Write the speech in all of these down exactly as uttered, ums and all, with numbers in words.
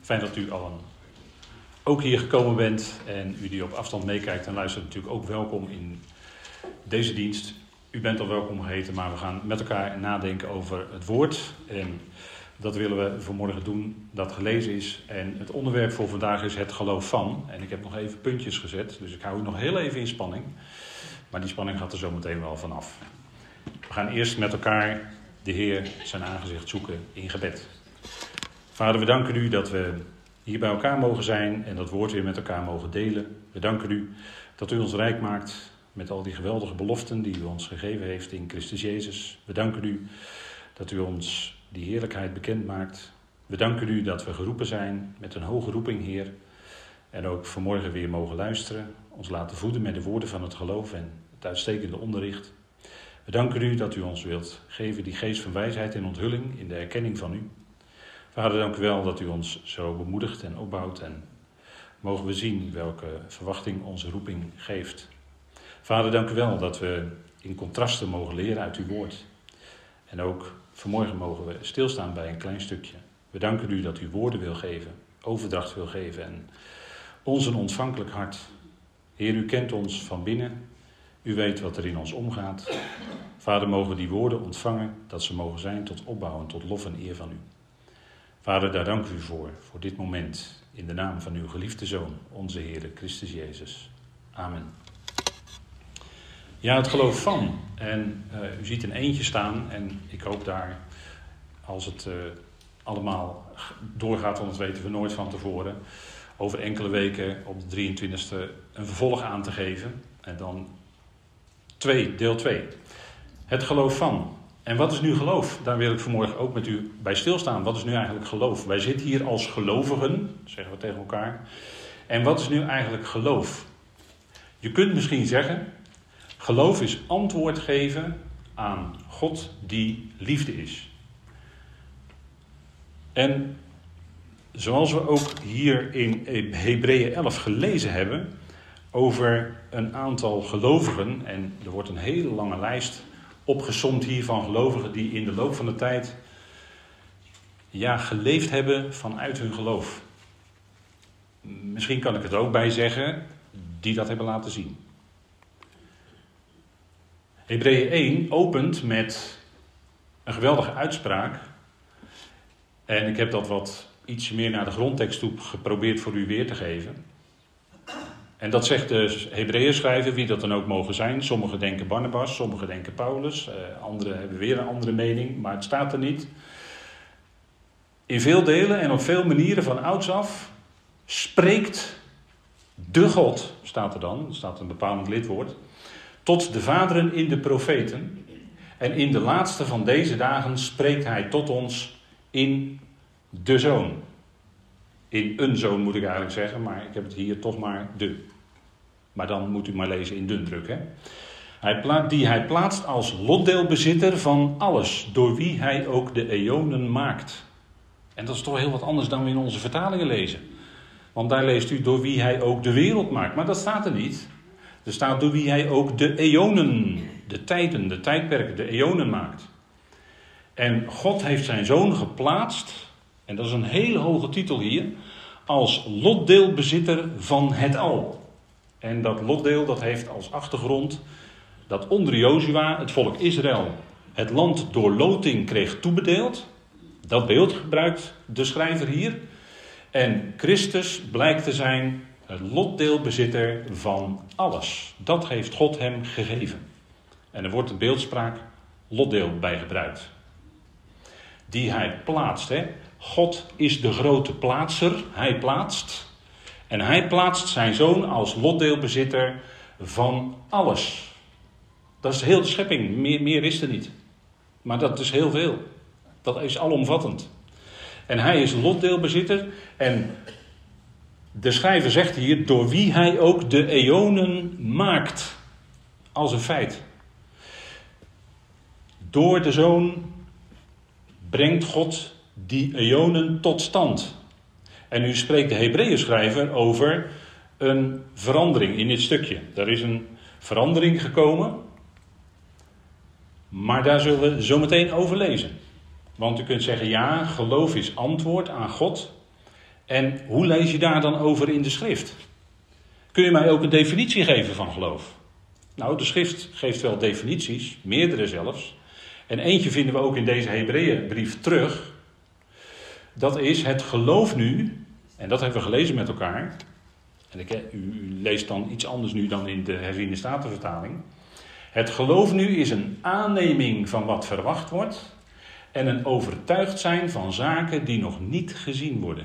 Fijn dat u allen ook hier gekomen bent en u die op afstand meekijkt en luistert natuurlijk ook welkom in deze dienst. U bent al welkom geheten, maar we gaan met elkaar nadenken over het woord. En dat willen we vanmorgen doen, dat gelezen is. En het onderwerp voor vandaag is het geloof van. En ik heb nog even puntjes gezet, dus ik hou u nog heel even in spanning. Maar die spanning gaat er zo meteen wel vanaf. We gaan eerst met elkaar de Heer zijn aangezicht zoeken in gebed. Vader, we danken u dat we hier bij elkaar mogen zijn en dat woord weer met elkaar mogen delen. We danken u dat u ons rijk maakt met al die geweldige beloften die u ons gegeven heeft in Christus Jezus. We danken u dat u ons die heerlijkheid bekend maakt. We danken u dat we geroepen zijn met een hoge roeping, Heer. En ook vanmorgen weer mogen luisteren, ons laten voeden met de woorden van het geloof en het uitstekende onderricht. We danken u dat u ons wilt geven die geest van wijsheid en onthulling in de erkenning van u. Vader, dank u wel dat u ons zo bemoedigt en opbouwt en mogen we zien welke verwachting onze roeping geeft. Vader, dank u wel dat we in contrasten mogen leren uit uw woord. En ook vanmorgen mogen we stilstaan bij een klein stukje. We danken u dat u woorden wil geven, overdracht wil geven en ons een ontvankelijk hart. Heer, u kent ons van binnen. U weet wat er in ons omgaat. Vader, mogen we die woorden ontvangen, dat ze mogen zijn tot opbouw en tot lof en eer van u. Vader, daar dank u voor, voor dit moment, in de naam van uw geliefde Zoon, onze Heer Christus Jezus. Amen. Ja, het geloof van. En uh, u ziet een eentje staan en ik hoop daar, als het uh, allemaal doorgaat, want dat weten we nooit van tevoren, over enkele weken op de drieëntwintigste een vervolg aan te geven. En dan twee, deel twee. Het geloof van. En wat is nu geloof? Daar wil ik vanmorgen ook met u bij stilstaan. Wat is nu eigenlijk geloof? Wij zitten hier als gelovigen, zeggen we tegen elkaar. En wat is nu eigenlijk geloof? Je kunt misschien zeggen, geloof is antwoord geven aan God die liefde is. En zoals we ook hier in Hebreeën elf gelezen hebben over een aantal gelovigen, en er wordt een hele lange lijst opgesomd hier van gelovigen die in de loop van de tijd ja, geleefd hebben vanuit hun geloof. Misschien kan ik het ook bij zeggen, die dat hebben laten zien. Hebreeën één opent met een geweldige uitspraak. En ik heb dat wat iets meer naar de grondtekst toe geprobeerd voor u weer te geven. En dat zegt de Hebreeën schrijver, wie dat dan ook mogen zijn. Sommigen denken Barnabas, sommigen denken Paulus. Uh, anderen hebben weer een andere mening, maar het staat er niet. In veel delen en op veel manieren van ouds af spreekt de God, staat er dan, er staat een bepaald lidwoord, tot de vaderen in de profeten. En in de laatste van deze dagen spreekt hij tot ons in de Zoon. In een zoon moet ik eigenlijk zeggen, maar ik heb het hier toch maar de. Maar dan moet u maar lezen in dun druk. Hè? Hij pla- die hij plaatst als lotdeelbezitter van alles, door wie hij ook de eonen maakt. En dat is toch heel wat anders dan we in onze vertalingen lezen. Want daar leest u door wie hij ook de wereld maakt. Maar dat staat er niet. Er staat door wie hij ook de eonen, de tijden, de tijdperken, de eonen maakt. En God heeft zijn zoon geplaatst, en dat is een hele hoge titel hier, als lotdeelbezitter van het al. En dat lotdeel dat heeft als achtergrond dat onder Jozua het volk Israël het land door loting kreeg toebedeeld. Dat beeld gebruikt de schrijver hier. En Christus blijkt te zijn het lotdeelbezitter van alles. Dat heeft God hem gegeven. En er wordt de beeldspraak lotdeel bij gebruikt. Die hij plaatst. Hè? God is de grote plaatser. Hij plaatst. En hij plaatst zijn zoon als lotdeelbezitter van alles. Dat is heel de schepping. Meer, meer is er niet. Maar dat is heel veel. Dat is alomvattend. En hij is lotdeelbezitter. En de schrijver zegt hier, door wie hij ook de eonen maakt. Als een feit. Door de zoon brengt God die eonen tot stand. En nu spreekt de Hebreeën schrijver over een verandering in dit stukje. Er is een verandering gekomen. Maar daar zullen we zo meteen over lezen. Want u kunt zeggen, ja, geloof is antwoord aan God. En hoe lees je daar dan over in de schrift? Kun je mij ook een definitie geven van geloof? Nou, de schrift geeft wel definities, meerdere zelfs. En eentje vinden we ook in deze Hebreeënbrief terug. Dat is het geloof nu, en dat hebben we gelezen met elkaar. En ik, u, u leest dan iets anders nu dan in de herziene statenvertaling. Het geloof nu is een aanneming van wat verwacht wordt en een overtuigd zijn van zaken die nog niet gezien worden.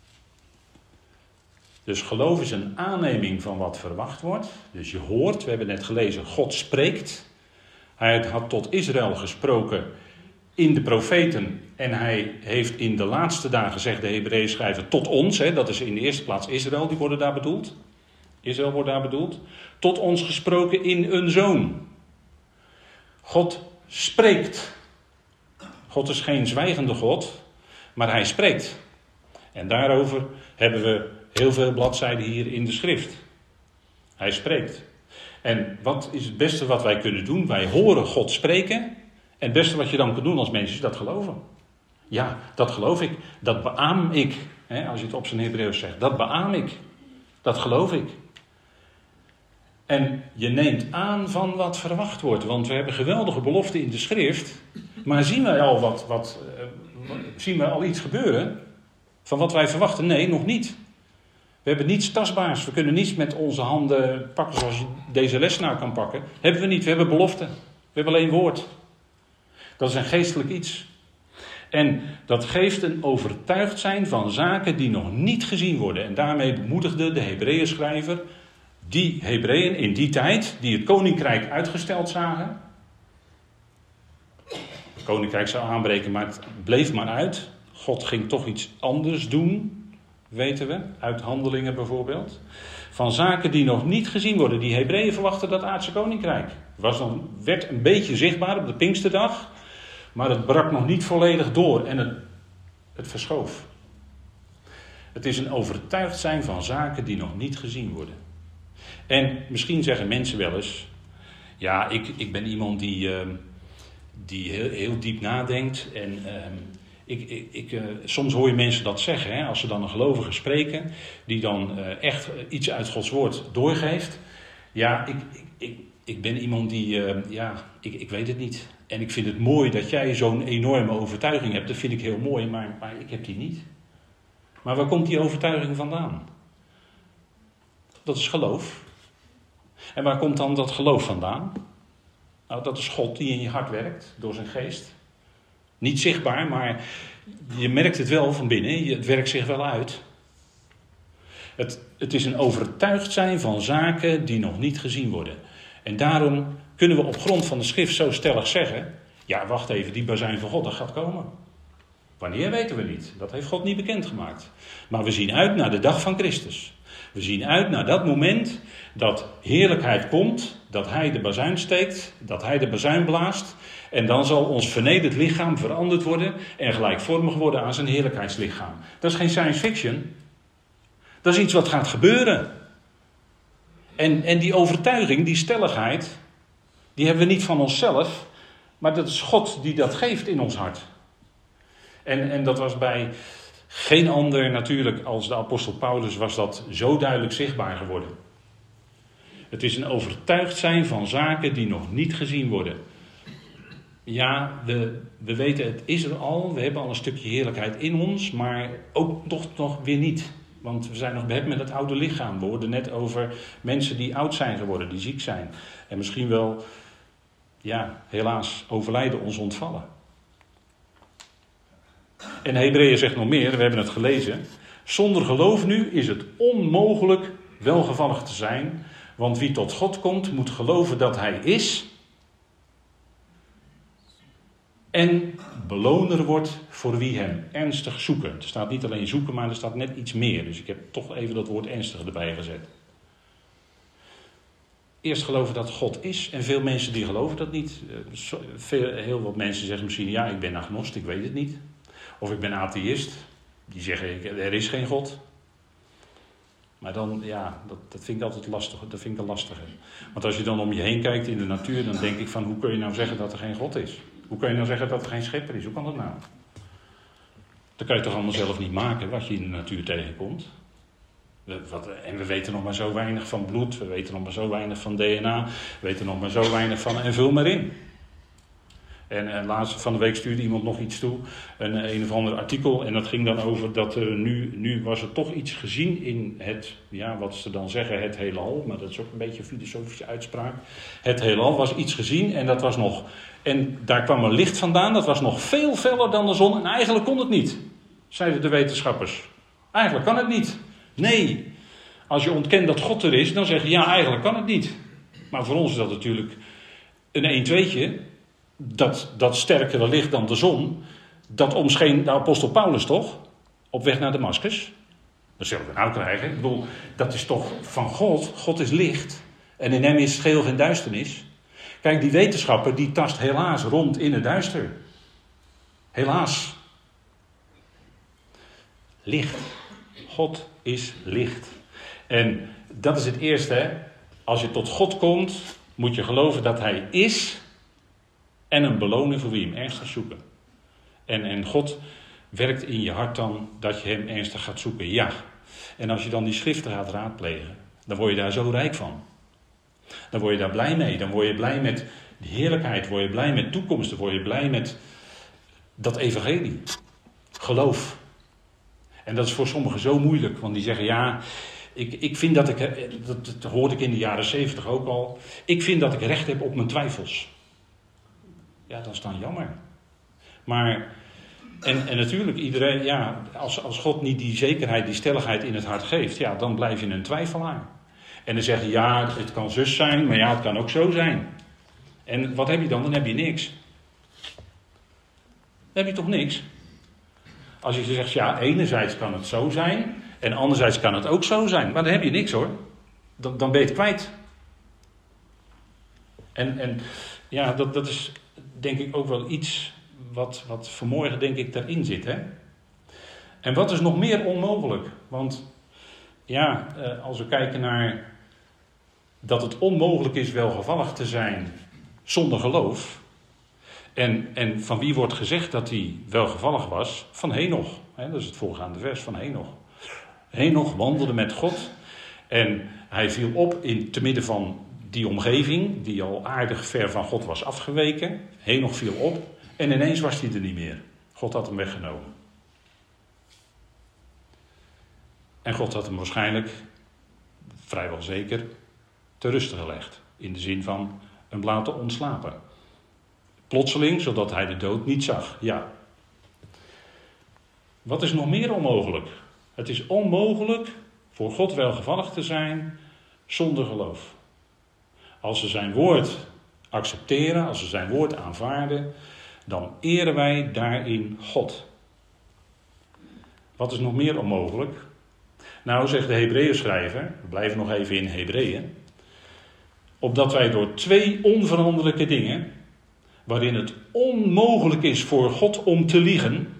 Dus geloof is een aanneming van wat verwacht wordt. Dus je hoort, we hebben net gelezen, God spreekt. Hij had tot Israël gesproken in de profeten. En hij heeft in de laatste dagen, zegt de Hebreeën schrijver, tot ons. Hè, dat is in de eerste plaats Israël, die worden daar bedoeld. Israël wordt daar bedoeld. Tot ons gesproken in een zoon. God spreekt. God is geen zwijgende God, maar hij spreekt. En daarover hebben we heel veel bladzijden hier in de schrift. Hij spreekt. En wat is het beste wat wij kunnen doen? Wij horen God spreken. En het beste wat je dan kunt doen als mens is dat geloven. Ja, dat geloof ik. Dat beaam ik. Hè, als je het op zijn Hebreeuws zegt. Dat beaam ik. Dat geloof ik. En je neemt aan van wat verwacht wordt. Want we hebben geweldige beloften in de schrift. Maar zien we al wat, wat uh, zien we al iets gebeuren? Van wat wij verwachten? Nee, nog niet. We hebben niets tastbaars. We kunnen niets met onze handen pakken zoals je deze les nou kan pakken. Hebben we niet. We hebben beloften. We hebben alleen woord. Dat is een geestelijk iets. En dat geeft een overtuigd zijn van zaken die nog niet gezien worden. En daarmee bemoedigde de Hebreeën schrijver die Hebreeën in die tijd die het koninkrijk uitgesteld zagen. Het koninkrijk zou aanbreken, maar het bleef maar uit. God ging toch iets anders doen. Weten we, uit Handelingen bijvoorbeeld. Van zaken die nog niet gezien worden. Die Hebreeën verwachten dat aardse koninkrijk. Was dan, werd een beetje zichtbaar op de Pinksterdag. Maar het brak nog niet volledig door. En het, het verschoof. Het is een overtuigd zijn van zaken die nog niet gezien worden. En misschien zeggen mensen wel eens. Ja, ik, ik ben iemand die, uh, die heel, heel diep nadenkt. En... Uh, Ik, ik, ik, uh, soms hoor je mensen dat zeggen, hè, als ze dan een gelovige spreken, die dan uh, echt iets uit Gods woord doorgeeft. Ja, ik, ik, ik, ik ben iemand die, uh, ja, ik, ik weet het niet. En ik vind het mooi dat jij zo'n enorme overtuiging hebt. Dat vind ik heel mooi, maar, maar ik heb die niet. Maar waar komt die overtuiging vandaan? Dat is geloof. En waar komt dan dat geloof vandaan? Nou, dat is God die in je hart werkt, door zijn geest. Niet zichtbaar, maar je merkt het wel van binnen. Het werkt zich wel uit. Het, het is een overtuigd zijn van zaken die nog niet gezien worden. En daarom kunnen we op grond van de schrift zo stellig zeggen. Ja, wacht even, die bazuin van God, dat gaat komen. Wanneer weten we niet. Dat heeft God niet bekendgemaakt. Maar we zien uit naar de dag van Christus. We zien uit naar dat moment dat heerlijkheid komt. Dat hij de bazuin steekt. Dat hij de bazuin blaast. En dan zal ons vernederd lichaam veranderd worden en gelijkvormig worden aan zijn heerlijkheidslichaam. Dat is geen science fiction. Dat is iets wat gaat gebeuren. En, en die overtuiging, die stelligheid, die hebben we niet van onszelf, maar dat is God die dat geeft in ons hart. En, en dat was bij geen ander natuurlijk als de apostel Paulus was dat zo duidelijk zichtbaar geworden. Het is een overtuigd zijn van zaken die nog niet gezien worden. Ja, we, we weten het is er al. We hebben al een stukje heerlijkheid in ons. Maar ook toch nog weer niet. Want we zijn nog behept met het oude lichaam. We hoorden net over mensen die oud zijn geworden. Die ziek zijn. En misschien wel, ja, helaas overlijden ons ontvallen. En Hebreeën zegt nog meer. We hebben het gelezen. Zonder geloof nu is het onmogelijk welgevallig te zijn. Want wie tot God komt moet geloven dat hij is... En beloner wordt voor wie hem ernstig zoeken. Er staat niet alleen zoeken, maar er staat net iets meer. Dus ik heb toch even dat woord ernstig erbij gezet. Eerst geloven dat God is. En veel mensen die geloven dat niet. Veel, heel wat mensen zeggen misschien, ja, ik ben agnost, ik weet het niet. Of ik ben atheïst. Die zeggen, er is geen God. Maar dan, ja, dat, dat vind ik altijd lastig. Dat vind ik een lastige. Want als je dan om je heen kijkt in de natuur, dan denk ik van, hoe kun je nou zeggen dat er geen God is? Hoe kun je nou zeggen dat er geen schepper is? Hoe kan dat nou? Dat kan je toch allemaal zelf niet maken, wat je in de natuur tegenkomt. We, wat, en we weten nog maar zo weinig van bloed, we weten nog maar zo weinig van D N A, we weten nog maar zo weinig van, en vul maar in. En, en laatst van de week stuurde iemand nog iets toe, een, een of ander artikel, en dat ging dan over dat er nu, nu was er toch iets gezien in het, ja, wat ze dan zeggen, het heelal, maar dat is ook een beetje een filosofische uitspraak. Het heelal was iets gezien en dat was nog, en daar kwam er licht vandaan, dat was nog veel feller dan de zon, en eigenlijk kon het niet, zeiden de wetenschappers. Eigenlijk kan het niet. Nee, als je ontkent dat God er is, dan zeg je ja, eigenlijk kan het niet. Maar voor ons is dat natuurlijk een een-tweetje. Dat, dat sterkere licht dan de zon, dat omscheen de apostel Paulus toch? Op weg naar Damascus. Dat zullen we nou krijgen. Ik bedoel, dat is toch van God. God is licht. En in hem is het geheel geen duisternis. Kijk, die wetenschapper die tast helaas rond in het duister. Helaas. Licht. God is licht. En dat is het eerste. Hè? Als je tot God komt, moet je geloven dat hij is. En een beloning voor wie hem ernstig zoeken. En, en God werkt in je hart dan dat je hem ernstig gaat zoeken. Ja. En als je dan die schriften gaat raadplegen, dan word je daar zo rijk van. Dan word je daar blij mee. Dan word je blij met de heerlijkheid. Word je blij met toekomst. Dan word je blij met dat evangelie. Geloof. En dat is voor sommigen zo moeilijk. Want die zeggen ja, ik, ik vind dat ik, dat, dat hoorde ik in de jaren zeventig ook al. Ik vind dat ik recht heb op mijn twijfels. Ja, dat is dan jammer. Maar, en, en natuurlijk, iedereen, ja, als, als God niet die zekerheid, die stelligheid in het hart geeft, ja, dan blijf je een twijfelaar. En dan zeg je, ja, het kan zus zijn, maar ja, het kan ook zo zijn. En wat heb je dan? Dan heb je niks. Dan heb je toch niks? Als je zegt, ja, enerzijds kan het zo zijn, en anderzijds kan het ook zo zijn, maar dan heb je niks hoor. Dan, dan ben je het kwijt. En, en ja, dat, dat is denk ik ook wel iets wat, wat vanmorgen denk ik daarin zit. Hè? En wat is nog meer onmogelijk? Want ja, als we kijken naar dat het onmogelijk is welgevallig te zijn zonder geloof. En, en van wie wordt gezegd dat hij welgevallig was? Van Henoch. Hè? Dat is het voorgaande vers van Henoch. Henoch wandelde met God en hij viel op in te midden van die omgeving, die al aardig ver van God was afgeweken. Henoch viel op en ineens was hij er niet meer. God had hem weggenomen. En God had hem waarschijnlijk, vrijwel zeker, te rusten gelegd. In de zin van hem laten ontslapen. Plotseling, zodat hij de dood niet zag. Ja. Wat is nog meer onmogelijk? Het is onmogelijk voor God welgevallig te zijn zonder geloof. Als we zijn woord accepteren, als we zijn woord aanvaarden, dan eren wij daarin God. Wat is nog meer onmogelijk? Nou, zegt de Hebreeënschrijver, we blijven nog even in Hebreeën, opdat wij door twee onveranderlijke dingen, waarin het onmogelijk is voor God om te liegen,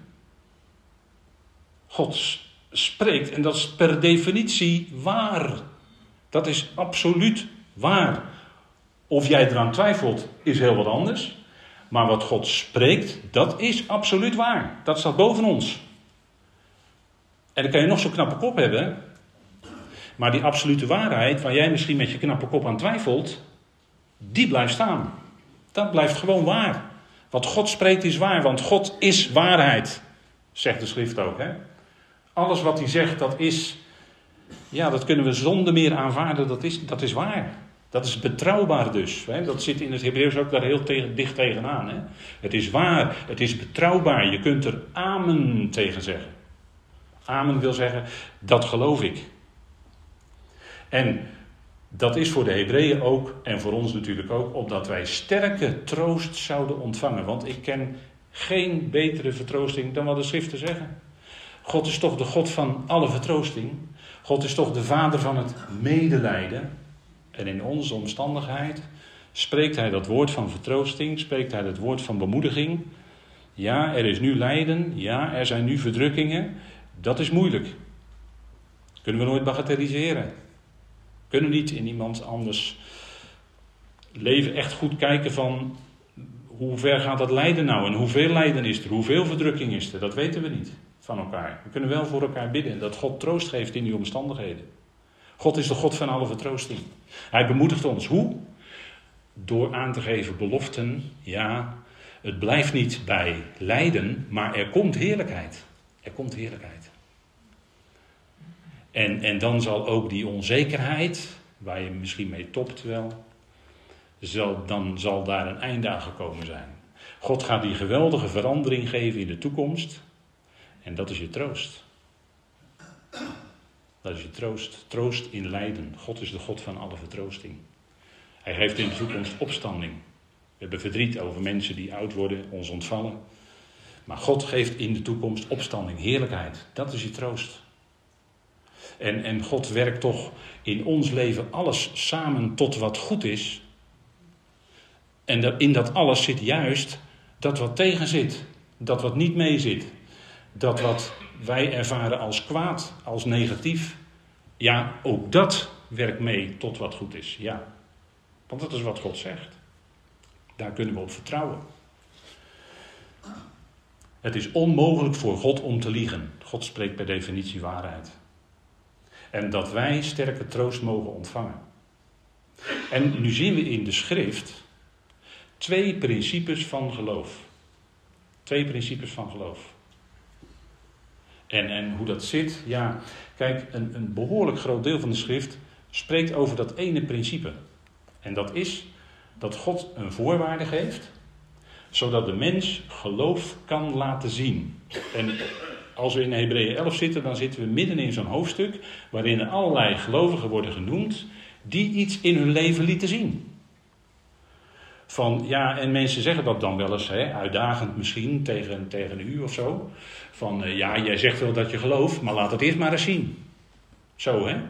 God spreekt en dat is per definitie waar. Dat is absoluut waar. Of jij eraan twijfelt, is heel wat anders. Maar wat God spreekt, dat is absoluut waar. Dat staat boven ons. En dan kan je nog zo'n knappe kop hebben. Maar die absolute waarheid, waar jij misschien met je knappe kop aan twijfelt, die blijft staan. Dat blijft gewoon waar. Wat God spreekt is waar, want God is waarheid. Zegt de schrift ook, hè. Alles wat hij zegt, dat is, ja, dat kunnen we zonder meer aanvaarden, dat is, dat is waar. Dat is betrouwbaar dus. Hè? Dat zit in het Hebreeuws ook daar heel tegen, dicht tegenaan. Hè? Het is waar, het is betrouwbaar. Je kunt er amen tegen zeggen. Amen wil zeggen, dat geloof ik. En dat is voor de Hebreeën ook, en voor ons natuurlijk ook, opdat wij sterke troost zouden ontvangen. Want ik ken geen betere vertroosting dan wat de schriften zeggen. God is toch de God van alle vertroosting. God is toch de vader van het medelijden. En in onze omstandigheid spreekt hij dat woord van vertroosting, spreekt hij dat woord van bemoediging. Ja, er is nu lijden, ja, er zijn nu verdrukkingen. Dat is moeilijk. Kunnen we nooit bagatelliseren. Kunnen we niet in iemand anders leven echt goed kijken van hoe ver gaat dat lijden nou en hoeveel lijden is er, hoeveel verdrukking is er, dat weten we niet. van elkaar. We kunnen wel voor elkaar bidden dat God troost geeft in die omstandigheden. God is de God van alle vertroosting. Hij bemoedigt ons. Hoe? Door aan te geven beloften. Ja, het blijft niet bij lijden, maar er komt heerlijkheid. Er komt heerlijkheid. En, en dan zal ook die onzekerheid, waar je misschien mee topt wel, zal, dan zal daar een einde aan gekomen zijn. God gaat die geweldige verandering geven in de toekomst. En dat is je troost. Dat is je troost. Troost in lijden. God is de God van alle vertroosting. Hij geeft in de toekomst opstanding. We hebben verdriet over mensen die oud worden, ons ontvallen. Maar God geeft in de toekomst opstanding, heerlijkheid. Dat is je troost. En, en God werkt toch in ons leven alles samen tot wat goed is. En dat, in dat alles zit juist dat wat tegen zit. Dat wat niet mee zit. Dat wat wij ervaren als kwaad, als negatief. Ja, ook dat werkt mee tot wat goed is. Ja, want dat is wat God zegt. Daar kunnen we op vertrouwen. Het is onmogelijk voor God om te liegen. God spreekt per definitie waarheid. En dat wij sterke troost mogen ontvangen. En nu zien we in de schrift twee principes van geloof. Twee principes van geloof. En, en hoe dat zit, ja, kijk, een, een behoorlijk groot deel van de schrift spreekt over dat ene principe. En dat is dat God een voorwaarde geeft, zodat de mens geloof kan laten zien. En als we in Hebreeën elf zitten, dan zitten we midden in zo'n hoofdstuk waarin er allerlei gelovigen worden genoemd die iets in hun leven lieten zien. Van, ja, en mensen zeggen dat dan wel eens, hè, uitdagend misschien tegen, tegen u of zo. Van, uh, ja, jij zegt wel dat je gelooft, maar laat het eerst maar eens zien. Zo, hè.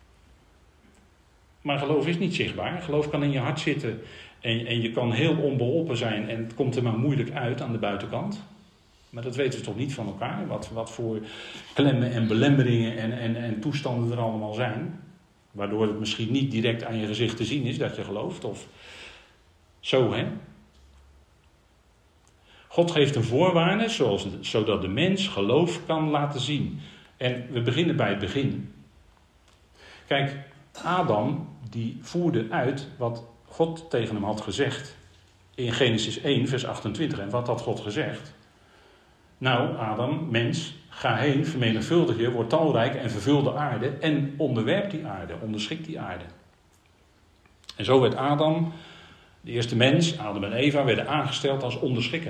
Maar geloof is niet zichtbaar. Geloof kan in je hart zitten en, en je kan heel onbeholpen zijn en het komt er maar moeilijk uit aan de buitenkant. Maar dat weten we toch niet van elkaar, wat, wat voor klemmen en belemmeringen en, en, en toestanden er allemaal zijn. Waardoor het misschien niet direct aan je gezicht te zien is dat je gelooft. Of zo, hè. God geeft een voorwaarde zoals, zodat de mens geloof kan laten zien. En we beginnen bij het begin. Kijk, Adam die voerde uit wat God tegen hem had gezegd. In Genesis één vers achtentwintig. En wat had God gezegd? Nou, Adam, mens, ga heen, vermenigvuldig je, word talrijk en vervul de aarde. En onderwerp die aarde, onderschik die aarde. En zo werd Adam, de eerste mens, Adam en Eva, werden aangesteld als onderschikker.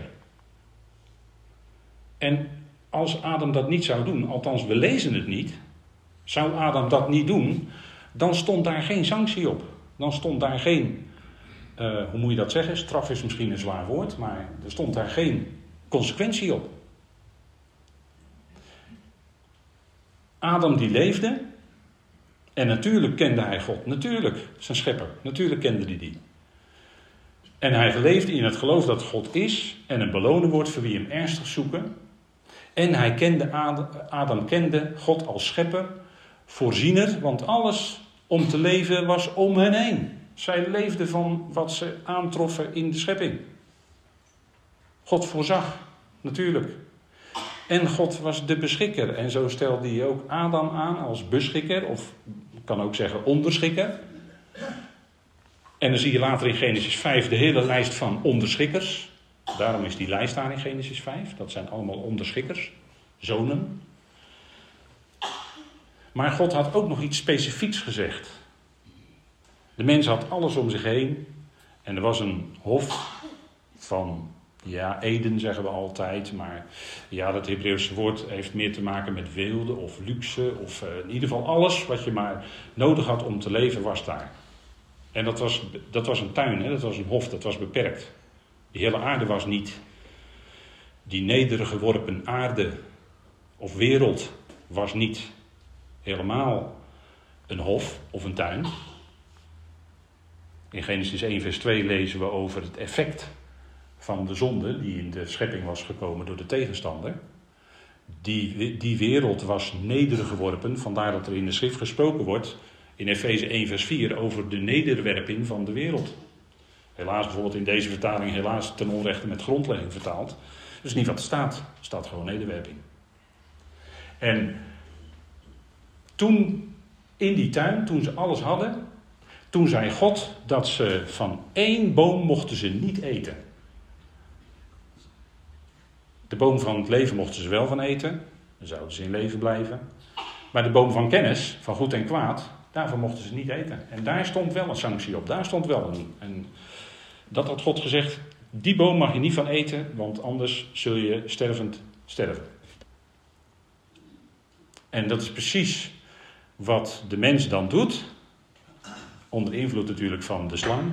En als Adam dat niet zou doen, althans we lezen het niet, zou Adam dat niet doen, dan stond daar geen sanctie op. Dan stond daar geen, uh, hoe moet je dat zeggen, straf is misschien een zwaar woord, maar er stond daar geen consequentie op. Adam die leefde en natuurlijk kende hij God, natuurlijk zijn schepper, natuurlijk kende hij die. En hij leefde in het geloof dat God is en een belonen wordt voor wie hem ernstig zoeken. En hij kende Adam, Adam kende God als schepper, voorziener, want alles om te leven was om hen heen. Zij leefden van wat ze aantroffen in de schepping. God voorzag, natuurlijk. En God was de beschikker. En zo stelde hij ook Adam aan als beschikker, of ik kan ook zeggen onderschikker. En dan zie je later in Genesis vijf de hele lijst van onderschikkers. Daarom is die lijst daar in Genesis vijf. Dat zijn allemaal onderschikkers, zonen. Maar God had ook nog iets specifieks gezegd. De mens had alles om zich heen. En er was een hof van, ja, Eden zeggen we altijd. Maar ja, dat Hebreeuwse woord heeft meer te maken met weelde of luxe. Of uh, in ieder geval alles wat je maar nodig had om te leven was daar. En dat was, dat was een tuin, hè? Dat was een hof, dat was beperkt. Die hele aarde was niet. Die nedergeworpen aarde of wereld was niet helemaal een hof of een tuin. In Genesis één vers twee lezen we over het effect van de zonde die in de schepping was gekomen door de tegenstander. Die, die wereld was nedergeworpen, vandaar dat er in de schrift gesproken wordt in Efeze één vers vier over de nederwerping van de wereld. Helaas bijvoorbeeld in deze vertaling helaas ten onrechte met grondlegging vertaald. Dat is niet wat er staat. Er staat gewoon nederwerping. En toen, in die tuin, toen ze alles hadden, toen zei God dat ze van één boom mochten ze niet eten. De boom van het leven mochten ze wel van eten, dan zouden ze in leven blijven. Maar de boom van kennis, van goed en kwaad, daarvan mochten ze niet eten. En daar stond wel een sanctie op, daar stond wel een... En dat had God gezegd, die boom mag je niet van eten, want anders zul je stervend sterven. En dat is precies wat de mens dan doet, onder invloed natuurlijk van de slang.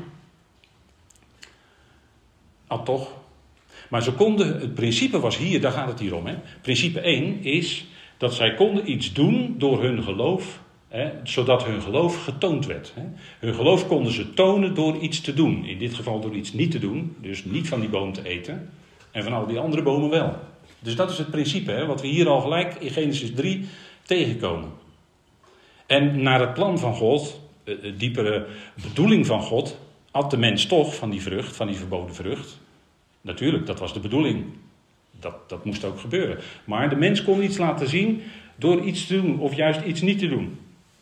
Ah, toch? Maar ze konden, het principe was hier, daar gaat het hier om. Hè? Principe één is dat zij konden iets doen door hun geloof, hè, zodat hun geloof getoond werd. Hè? Hun geloof konden ze tonen door iets te doen. In dit geval door iets niet te doen, dus niet van die boom te eten. En van al die andere bomen wel. Dus dat is het principe, hè, wat we hier al gelijk in Genesis drie tegenkomen. En naar het plan van God, de diepere bedoeling van God, at de mens toch van die vrucht, van die verboden vrucht. Natuurlijk, dat was de bedoeling. Dat, dat moest ook gebeuren. Maar de mens kon iets laten zien door iets te doen of juist iets niet te doen.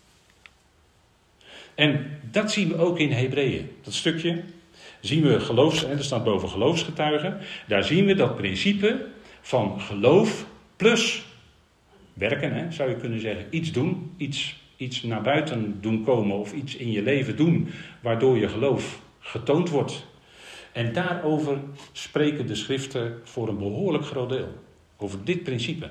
En dat zien we ook in Hebreeën. Dat stukje zien we geloofs, er staat boven geloofsgetuigen. Daar zien we dat principe van geloof plus werken, hè, zou je kunnen zeggen. Iets doen, iets, iets naar buiten doen komen of iets in je leven doen waardoor je geloof getoond wordt. En daarover spreken de schriften voor een behoorlijk groot deel. Over dit principe.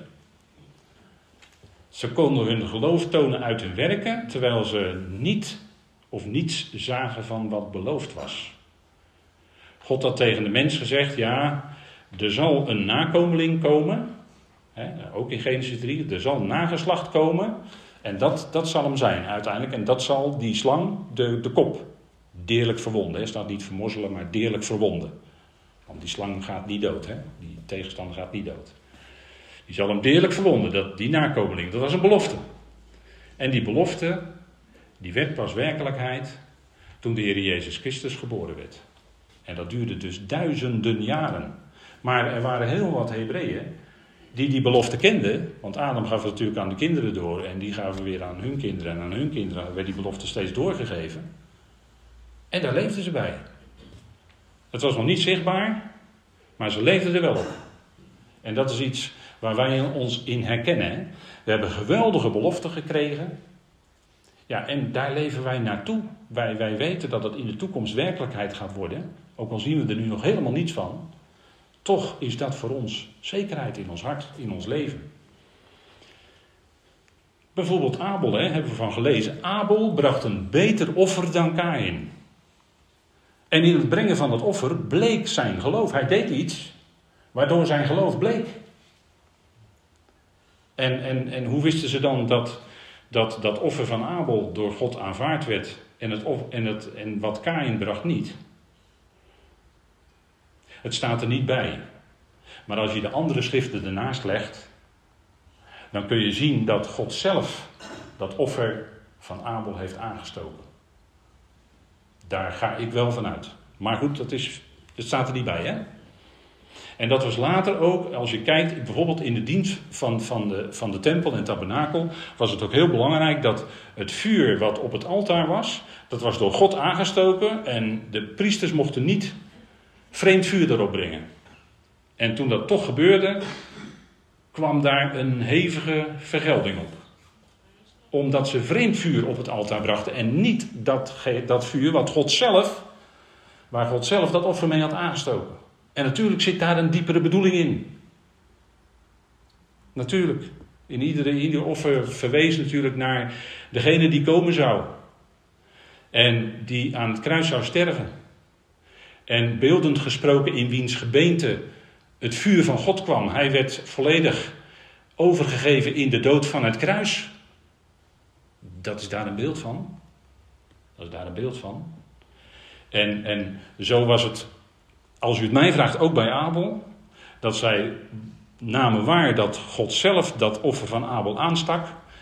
Ze konden hun geloof tonen uit hun werken, terwijl ze niet of niets zagen van wat beloofd was. God had tegen de mens gezegd, ja, er zal een nakomeling komen. Hè, ook in Genesis drie, er zal een nageslacht komen. En dat, dat zal hem zijn uiteindelijk. En dat zal die slang de, de kop deerlijk verwonden. Hè. Staat niet vermorzelen, maar deerlijk verwonden. Want die slang gaat niet dood. Hè. Die tegenstander gaat niet dood. Die zal hem deerlijk verwonden. Dat, die nakomeling, dat was een belofte. En die belofte, die werd pas werkelijkheid toen de Heer Jezus Christus geboren werd. En dat duurde dus duizenden jaren. Maar er waren heel wat Hebreeën die die belofte kenden. Want Adam gaf het natuurlijk aan de kinderen door. En die gaven weer aan hun kinderen. En aan hun kinderen werd die belofte steeds doorgegeven. En daar leefden ze bij. Het was nog niet zichtbaar, maar ze leefden er wel op. En dat is iets waar wij ons in herkennen. Hè? We hebben geweldige beloften gekregen. Ja, en daar leven wij naartoe. Wij, wij weten dat het in de toekomst werkelijkheid gaat worden. Ook al zien we er nu nog helemaal niets van. Toch is dat voor ons zekerheid in ons hart, in ons leven. Bijvoorbeeld Abel, hè, hebben we van gelezen. Abel bracht een beter offer dan Kaïn. En in het brengen van het offer bleek zijn geloof. Hij deed iets waardoor zijn geloof bleek. En, en, en hoe wisten ze dan dat, dat dat offer van Abel door God aanvaard werd en, het, en, het, en wat Kaïn bracht niet? Het staat er niet bij. Maar als je de andere schriften ernaast legt, dan kun je zien dat God zelf dat offer van Abel heeft aangestoken. Daar ga ik wel van uit. Maar goed, dat is, het staat er niet bij, hè? En dat was later ook, als je kijkt, bijvoorbeeld in de dienst van, van, de, van de tempel en tabernakel, was het ook heel belangrijk dat het vuur wat op het altaar was, dat was door God aangestoken en de priesters mochten niet vreemd vuur erop brengen. En toen dat toch gebeurde, kwam daar een hevige vergelding op. Omdat ze vreemd vuur op het altaar brachten en niet dat, dat vuur wat God zelf, waar God zelf dat offer mee had aangestoken. En natuurlijk zit daar een diepere bedoeling in. Natuurlijk. In iedere, ieder offer verwees natuurlijk naar degene die komen zou. En die aan het kruis zou sterven. En beeldend gesproken in wiens gebeente het vuur van God kwam. Hij werd volledig overgegeven in de dood van het kruis. Dat is daar een beeld van. Dat is daar een beeld van. En, en zo was het, als u het mij vraagt, ook bij Abel. Dat zij namen waar dat God zelf dat offer van Abel aanstak.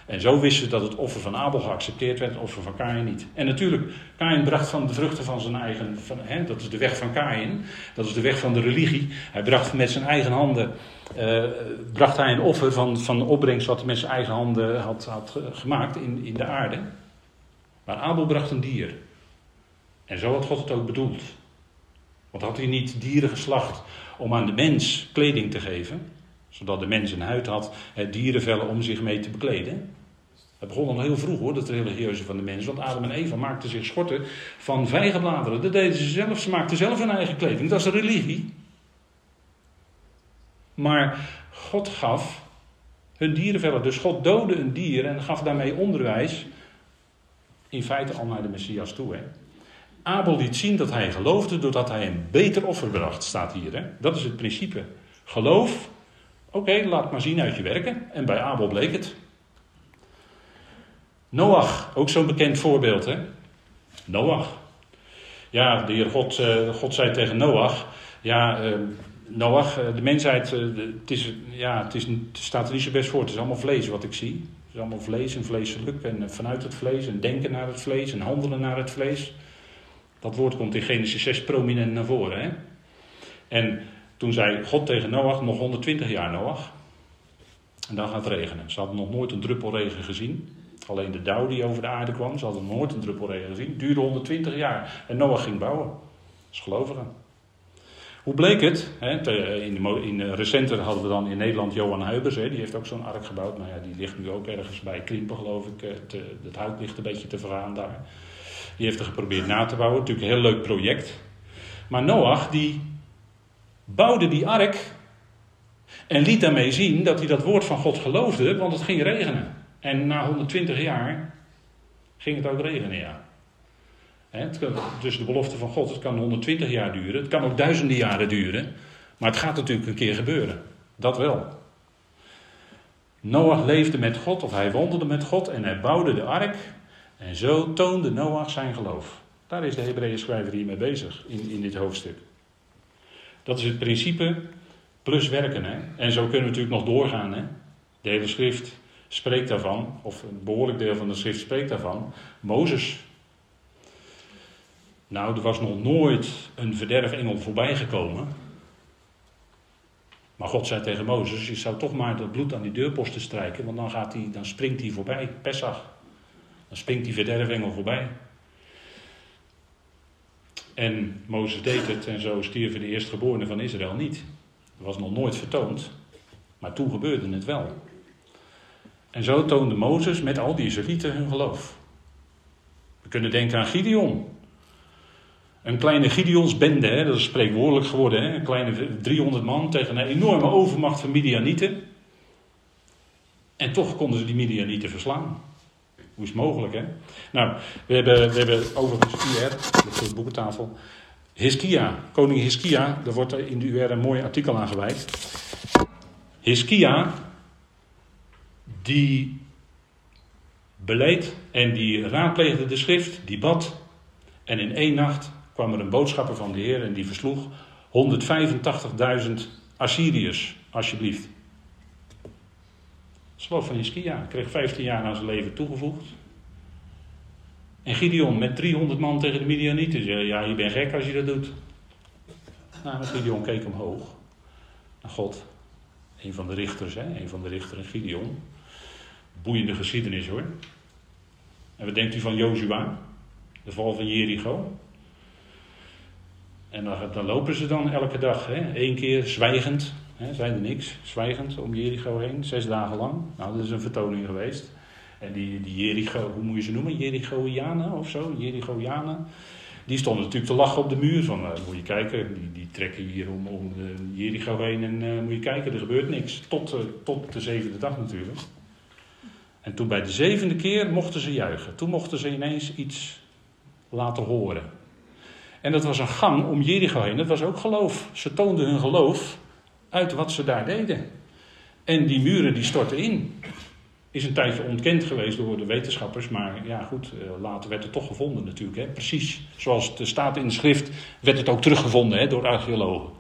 En zo wisten ze dat het offer van Abel geaccepteerd werd, het offer van Kaïn niet. En natuurlijk, Kaïn bracht van de vruchten van zijn eigen, van, hè, dat is de weg van Kaïn, dat is de weg van de religie. Hij bracht met zijn eigen handen, uh, bracht hij een offer van, van de opbrengst wat hij met zijn eigen handen had, had gemaakt in, in de aarde. Maar Abel bracht een dier. En zo had God het ook bedoeld. Want had hij niet dieren geslacht om aan de mens kleding te geven, zodat de mens een huid had, dierenvellen om zich mee te bekleden. Dat begon al heel vroeg hoor, dat religieuze van de mens. Want Adam en Eva maakten zich schorten van vijgenbladeren. Dat deden ze zelf, ze maakten zelf hun eigen kleding. Dat is de religie. Maar God gaf hun dierenvellen. Dus God doodde een dier en gaf daarmee onderwijs in feite al naar de Messias toe. Hè. Abel liet zien dat hij geloofde doordat hij een beter offer bracht, staat hier. Hè. Dat is het principe. Geloof, oké, okay, laat het maar zien uit je werken. En bij Abel bleek het. Noach, ook zo'n bekend voorbeeld. Hè. Noach. Ja, de Heer God, uh, God zei tegen Noach, ja, uh, Noach, uh, de mensheid, uh, de, het, is, ja, het, is, het staat er niet zo best voor. Het is allemaal vlees wat ik zie. Het is allemaal vlees en vleeselijk en uh, vanuit het vlees en denken naar het vlees en handelen naar het vlees. Dat woord komt in Genesis zes prominent naar voren. Hè? En toen zei God tegen Noach, nog honderdtwintig jaar Noach. En dan gaat het regenen. Ze hadden nog nooit een druppel regen gezien. Alleen de dauw die over de aarde kwam, ze hadden nog nooit een druppel regen gezien. Het duurde honderdtwintig jaar. En Noach ging bouwen. Dat is gelovigen. Hoe bleek het? Hè? In, de, in recenter hadden we dan in Nederland Johan Huibers. Hè? Die heeft ook zo'n ark gebouwd. Nou ja, die ligt nu ook ergens bij Krimpen geloof ik. Het, het hout ligt een beetje te vergaan daar. Die heeft er geprobeerd na te bouwen. Natuurlijk een heel leuk project. Maar Noach die bouwde die ark. En liet daarmee zien dat hij dat woord van God geloofde. Want het ging regenen. En na honderdtwintig jaar ging het ook regenen, ja. He, het kan, dus de belofte van God, het kan honderdtwintig jaar duren. Het kan ook duizenden jaren duren. Maar het gaat natuurlijk een keer gebeuren. Dat wel. Noach leefde met God, of hij wandelde met God en hij bouwde de ark. En zo toonde Noach zijn geloof. Daar is de Hebreeën schrijver hier mee bezig, in, in dit hoofdstuk. Dat is het principe plus werken. Hè? En zo kunnen we natuurlijk nog doorgaan. Hè? De hele schrift spreekt daarvan, of een behoorlijk deel van de schrift spreekt daarvan. Mozes. Nou, er was nog nooit een verderfengel voorbij gekomen. Maar God zei tegen Mozes, je zou toch maar dat bloed aan die deurposten strijken, want dan, gaat die, dan springt hij voorbij, Pesach. Dan springt die verderfengel voorbij. En Mozes deed het en zo stierven de eerstgeborenen van Israël niet. Dat was nog nooit vertoond, maar toen gebeurde het wel. En zo toonde Mozes met al die Israëlieten hun geloof. We kunnen denken aan Gideon. Een kleine Gideonsbende, hè, dat is spreekwoordelijk geworden. Hè, een kleine driehonderd man tegen een enorme overmacht van Midianieten. En toch konden ze die Midianieten verslaan. Hoe is het mogelijk, hè? Nou, we hebben, we hebben overigens U R, op de boekentafel. Hiskia, koning Hiskia, daar wordt in de U R een mooi artikel aan gewijd. Hiskia, die beleed en die raadpleegde de schrift, die bad. En in één nacht kwam er een boodschapper van de Heer en die versloeg honderdvijfentachtigduizend Assyriërs, alsjeblieft. Het geloof van Hiskia, kreeg vijftien jaar aan zijn leven toegevoegd. En Gideon met driehonderd man tegen de Midianieten. Ja, je bent gek als je dat doet. Nou, Gideon keek omhoog naar God. Een van de richters, hè? Een van de richters, Gideon. Boeiende geschiedenis hoor. En wat denkt u van Jozua? De val van Jericho. En dan, dan lopen ze dan elke dag, hè? Eén keer zwijgend. Hè? Zijn er niks, zwijgend om Jericho heen. Zes dagen lang. Nou, dat is een vertoning geweest. En die, die Jericho, hoe moet je ze noemen? Jerichoianen of zo? Jerichoianen. Die stonden natuurlijk te lachen op de muur. Van, uh, moet je kijken, die, die trekken hier om, om de Jericho heen. En uh, moet je kijken, er gebeurt niks. Tot, uh, tot de zevende dag natuurlijk. En toen bij de zevende keer mochten ze juichen. Toen mochten ze ineens iets laten horen. En dat was een gang om Jericho heen. Dat was ook geloof. Ze toonden hun geloof uit wat ze daar deden. En die muren die stortten in. Is een tijdje ontkend geweest door de wetenschappers. Maar ja goed, later werd het toch gevonden natuurlijk. Hè. Precies zoals het staat in de schrift werd het ook teruggevonden hè, door archeologen.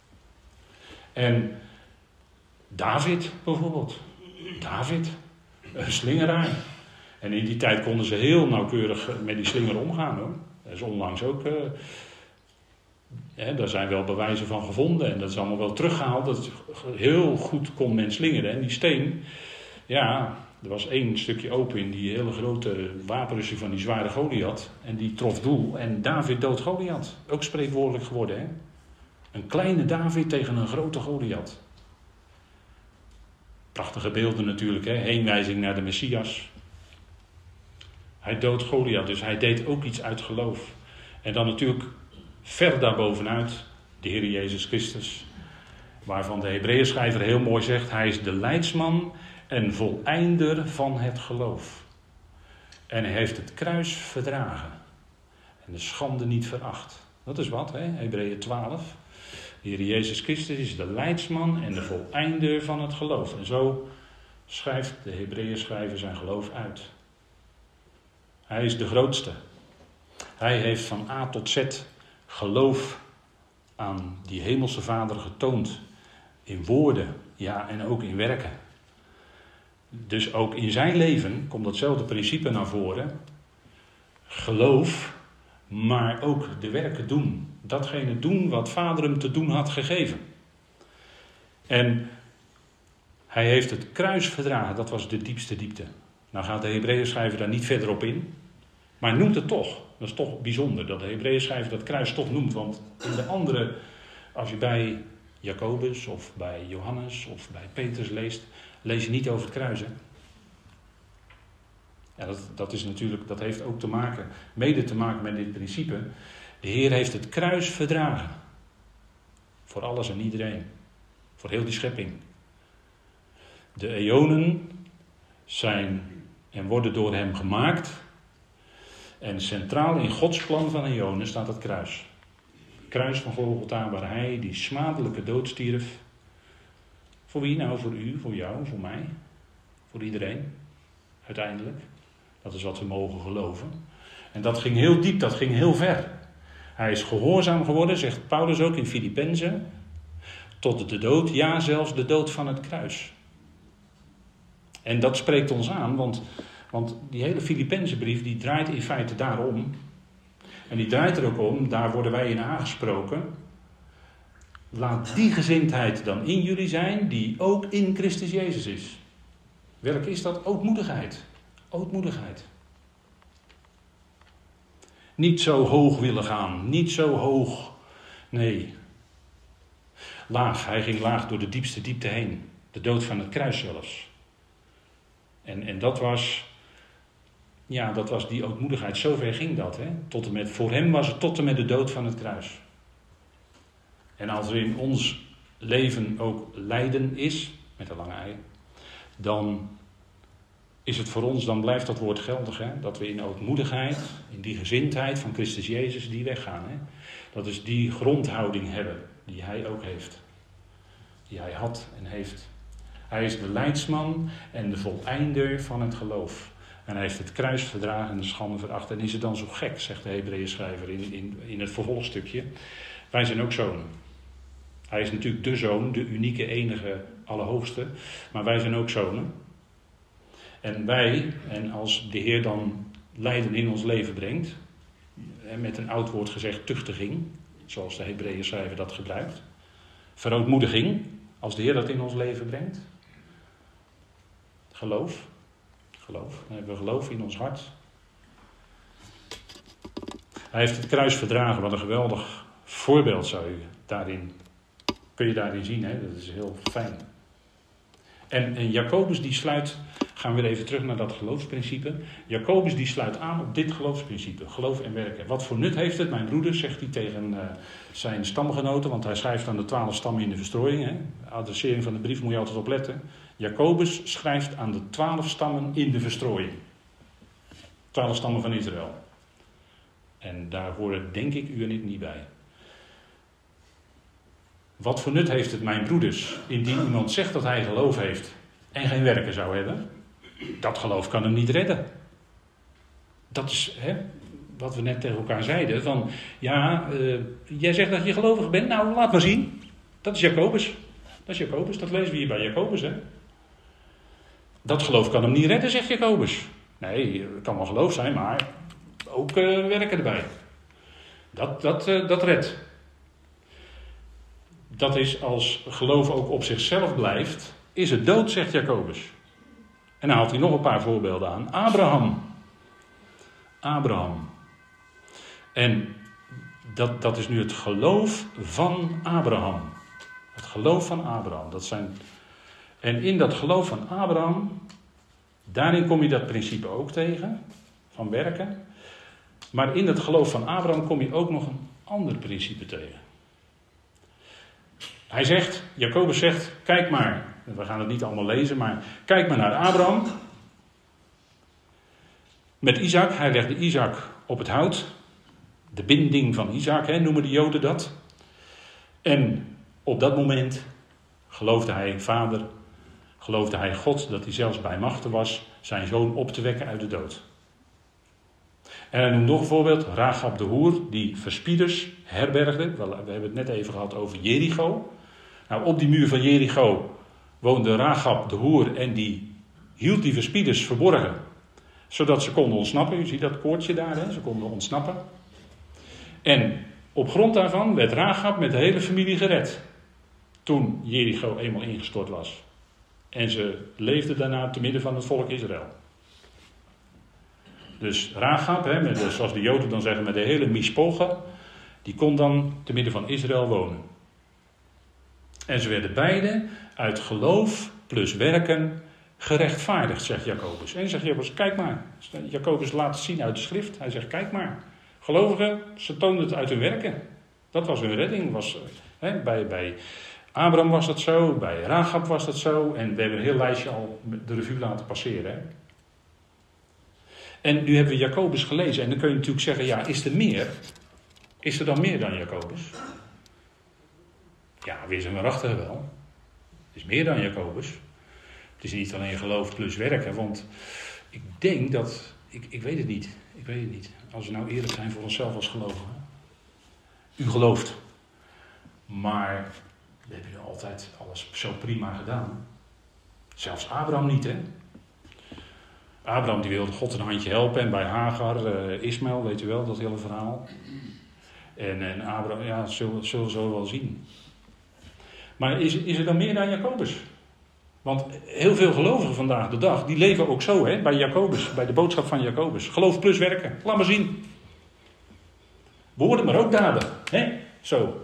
En David bijvoorbeeld. David. een slingeraar. En in die tijd konden ze heel nauwkeurig met die slinger omgaan hoor. Dat is onlangs ook... Uh, hè, daar zijn wel bewijzen van gevonden en dat is allemaal wel teruggehaald. Dat heel goed kon men slingeren. En die steen, ja, er was één stukje open in die hele grote wapenrusting van die zware Goliath. En die trof doel. En David dood Goliath. Ook spreekwoordelijk geworden hè. Een kleine David tegen een grote Goliath. Prachtige beelden natuurlijk, hè? Heenwijzing naar de Messias. Hij doodt Goliath, dus hij deed ook iets uit geloof. En dan natuurlijk ver daarbovenuit de Heer Jezus Christus. Waarvan de Hebreeënschrijver heel mooi zegt, hij is de leidsman en voleinder van het geloof. En hij heeft het kruis verdragen. En de schande niet veracht. Dat is wat, hè? Hebreeën twaalf. De Heer Jezus Christus is de leidsman en de voleinder van het geloof. En zo schrijft de Hebreeënschrijver zijn geloof uit. Hij is de grootste. Hij heeft van A tot Z geloof aan die hemelse Vader getoond. In woorden, ja, en ook in werken. Dus ook in zijn leven komt datzelfde principe naar voren. Geloof, maar ook de werken doen. Datgene doen wat Vader hem te doen had gegeven. En hij heeft het kruis verdragen, dat was de diepste diepte. Nou gaat de Hebreeënschrijver daar niet verder op in. Maar noemt het toch. Dat is toch bijzonder dat de Hebreeënschrijver dat kruis toch noemt. Want in de andere, als je bij Jacobus of bij Johannes of bij Petrus leest, lees je niet over het kruis. Hè? Ja, dat, dat is natuurlijk, dat heeft ook te maken, mede te maken met dit principe. De Heer heeft het kruis verdragen. Voor alles en iedereen. Voor heel die schepping. De eonen zijn en worden door hem gemaakt. En centraal in Gods plan van eonen staat het kruis. Het kruis van Golgotha, waar hij die smadelijke dood stierf. Voor wie nou? Voor u, voor jou, voor mij. Voor iedereen. Uiteindelijk. Dat is wat we mogen geloven. En dat ging heel diep, dat ging heel ver. Hij is gehoorzaam geworden, zegt Paulus ook in Filippenzen. Tot de dood, ja zelfs de dood van het kruis. En dat spreekt ons aan, want, want die hele Filippenzenbrief die draait in feite daarom. En die draait er ook om, daar worden wij in aangesproken. Laat die gezindheid dan in jullie zijn, die ook in Christus Jezus is. Welke is dat? Ootmoedigheid. Ootmoedigheid. Niet zo hoog willen gaan, niet zo hoog. Nee. Laag, hij ging laag door de diepste diepte heen. De dood van het kruis zelfs. En, en dat was, ja, dat was die ootmoedigheid. Zover ging dat. Hè? Tot en met, voor hem was het tot en met de dood van het kruis. En als er in ons leven ook lijden is, met een lange ei, dan is het voor ons, dan blijft dat woord geldig. Hè? Dat we in ootmoedigheid, in die gezindheid van Christus Jezus, die weggaan. Hè? Dat is die grondhouding hebben, die hij ook heeft. Die hij had en heeft. Hij is de leidsman en de voleinder van het geloof. En hij heeft het kruis verdragen en de schande veracht. En is het dan zo gek, zegt de Hebreeënschrijver in, in, in het vervolgstukje. Wij zijn ook zonen. Hij is natuurlijk de zoon, de unieke, enige, allerhoogste. Maar wij zijn ook zonen. En wij, en als de Heer dan lijden in ons leven brengt, met een oud woord gezegd tuchtiging, zoals de Hebreeënschrijver dat gebruikt. Verootmoediging, als de Heer dat in ons leven brengt. Geloof. Geloof. Dan hebben we geloof in ons hart. Hij heeft het kruis verdragen. Wat een geweldig voorbeeld zou je daarin, kun je daarin zien. Hè? Dat is heel fijn. En, en Jacobus die sluit, gaan we weer even terug naar dat geloofsprincipe. Jacobus die sluit aan op dit geloofsprincipe. Geloof en werken. Wat voor nut heeft het, mijn broeder, zegt hij tegen uh, zijn stamgenoten. Want hij schrijft aan de twaalf stammen in de verstrooiing. Hè? De adressering van de brief moet je altijd opletten. Jacobus schrijft aan de twaalf stammen in de verstrooiing. Twaalf stammen van Israël. En daar horen denk ik u en ik niet bij. Wat voor nut heeft het, mijn broeders, indien iemand zegt dat hij geloof heeft en geen werken zou hebben? Dat geloof kan hem niet redden. Dat is hè, wat we net tegen elkaar zeiden. Van, ja, uh, jij zegt dat je gelovig bent, nou laat maar zien. Dat is Jacobus. Dat is Jacobus, dat lezen we hier bij Jacobus. Hè? Dat geloof kan hem niet redden, zegt Jacobus. Nee, het kan wel geloof zijn, maar ook uh, werken erbij. Dat, dat, uh, dat redt. Dat is als geloof ook op zichzelf blijft, is het dood, zegt Jacobus. En dan haalt hij nog een paar voorbeelden aan. Abraham. Abraham. En dat, dat is nu het geloof van Abraham. Het geloof van Abraham. Dat zijn... En in dat geloof van Abraham, daarin kom je dat principe ook tegen, van werken. Maar in dat geloof van Abraham kom je ook nog een ander principe tegen. Hij zegt, Jacobus zegt, kijk maar, we gaan het niet allemaal lezen, maar kijk maar naar Abraham. Met Isaac, hij legde Isaac op het hout. De binding van Isaac, hè, noemen de Joden dat. En op dat moment geloofde hij vader, geloofde hij God, dat hij zelfs bij machten was zijn zoon op te wekken uit de dood. En hij noemt nog een voorbeeld, Rachab de hoer, die verspieders herbergde. We hebben het net even gehad over Jericho. Nou, op die muur van Jericho woonde Rachab de hoer en die hield die verspieders verborgen, zodat ze konden ontsnappen. U ziet dat koordje daar, hè? Ze konden ontsnappen. En op grond daarvan werd Rachab met de hele familie gered. Toen Jericho eenmaal ingestort was. En ze leefden daarna te midden van het volk Israël. Dus Rachab, hè, met de, zoals de Joden dan zeggen, met de hele mispoga, die kon dan te midden van Israël wonen. En ze werden beide uit geloof plus werken gerechtvaardigd, zegt Jacobus. En zegt Jacobus, kijk maar. Jacobus laat het zien uit de schrift. Hij zegt, kijk maar. Gelovigen, ze toonden het uit hun werken. Dat was hun redding. Was, hè, bij, bij Abraham was dat zo, bij Rachab was dat zo. En we hebben een heel lijstje al de revue laten passeren. Hè. En nu hebben we Jacobus gelezen. En dan kun je natuurlijk zeggen, ja, is er meer? Is er dan meer dan Jacobus? Ja, wees en waarachtig wel. Het is meer dan Jacobus. Het is niet alleen geloof plus werken. Want ik denk dat, ik, ik weet het niet. Ik weet het niet. Als we nou eerlijk zijn voor onszelf als gelovigen. U gelooft. Maar we hebben altijd alles zo prima gedaan. Zelfs Abraham niet, hè. Abraham die wilde God een handje helpen. En bij Hagar, uh, Ismaël, weet u wel, dat hele verhaal. En, en Abraham, ja, zullen, zullen we zo wel zien. Maar is, is er dan meer dan Jacobus? Want heel veel gelovigen vandaag de dag, die leven ook zo, hè, bij Jacobus, bij de boodschap van Jacobus. Geloof plus werken, laat maar zien. Woorden, maar ook daden, hè, zo.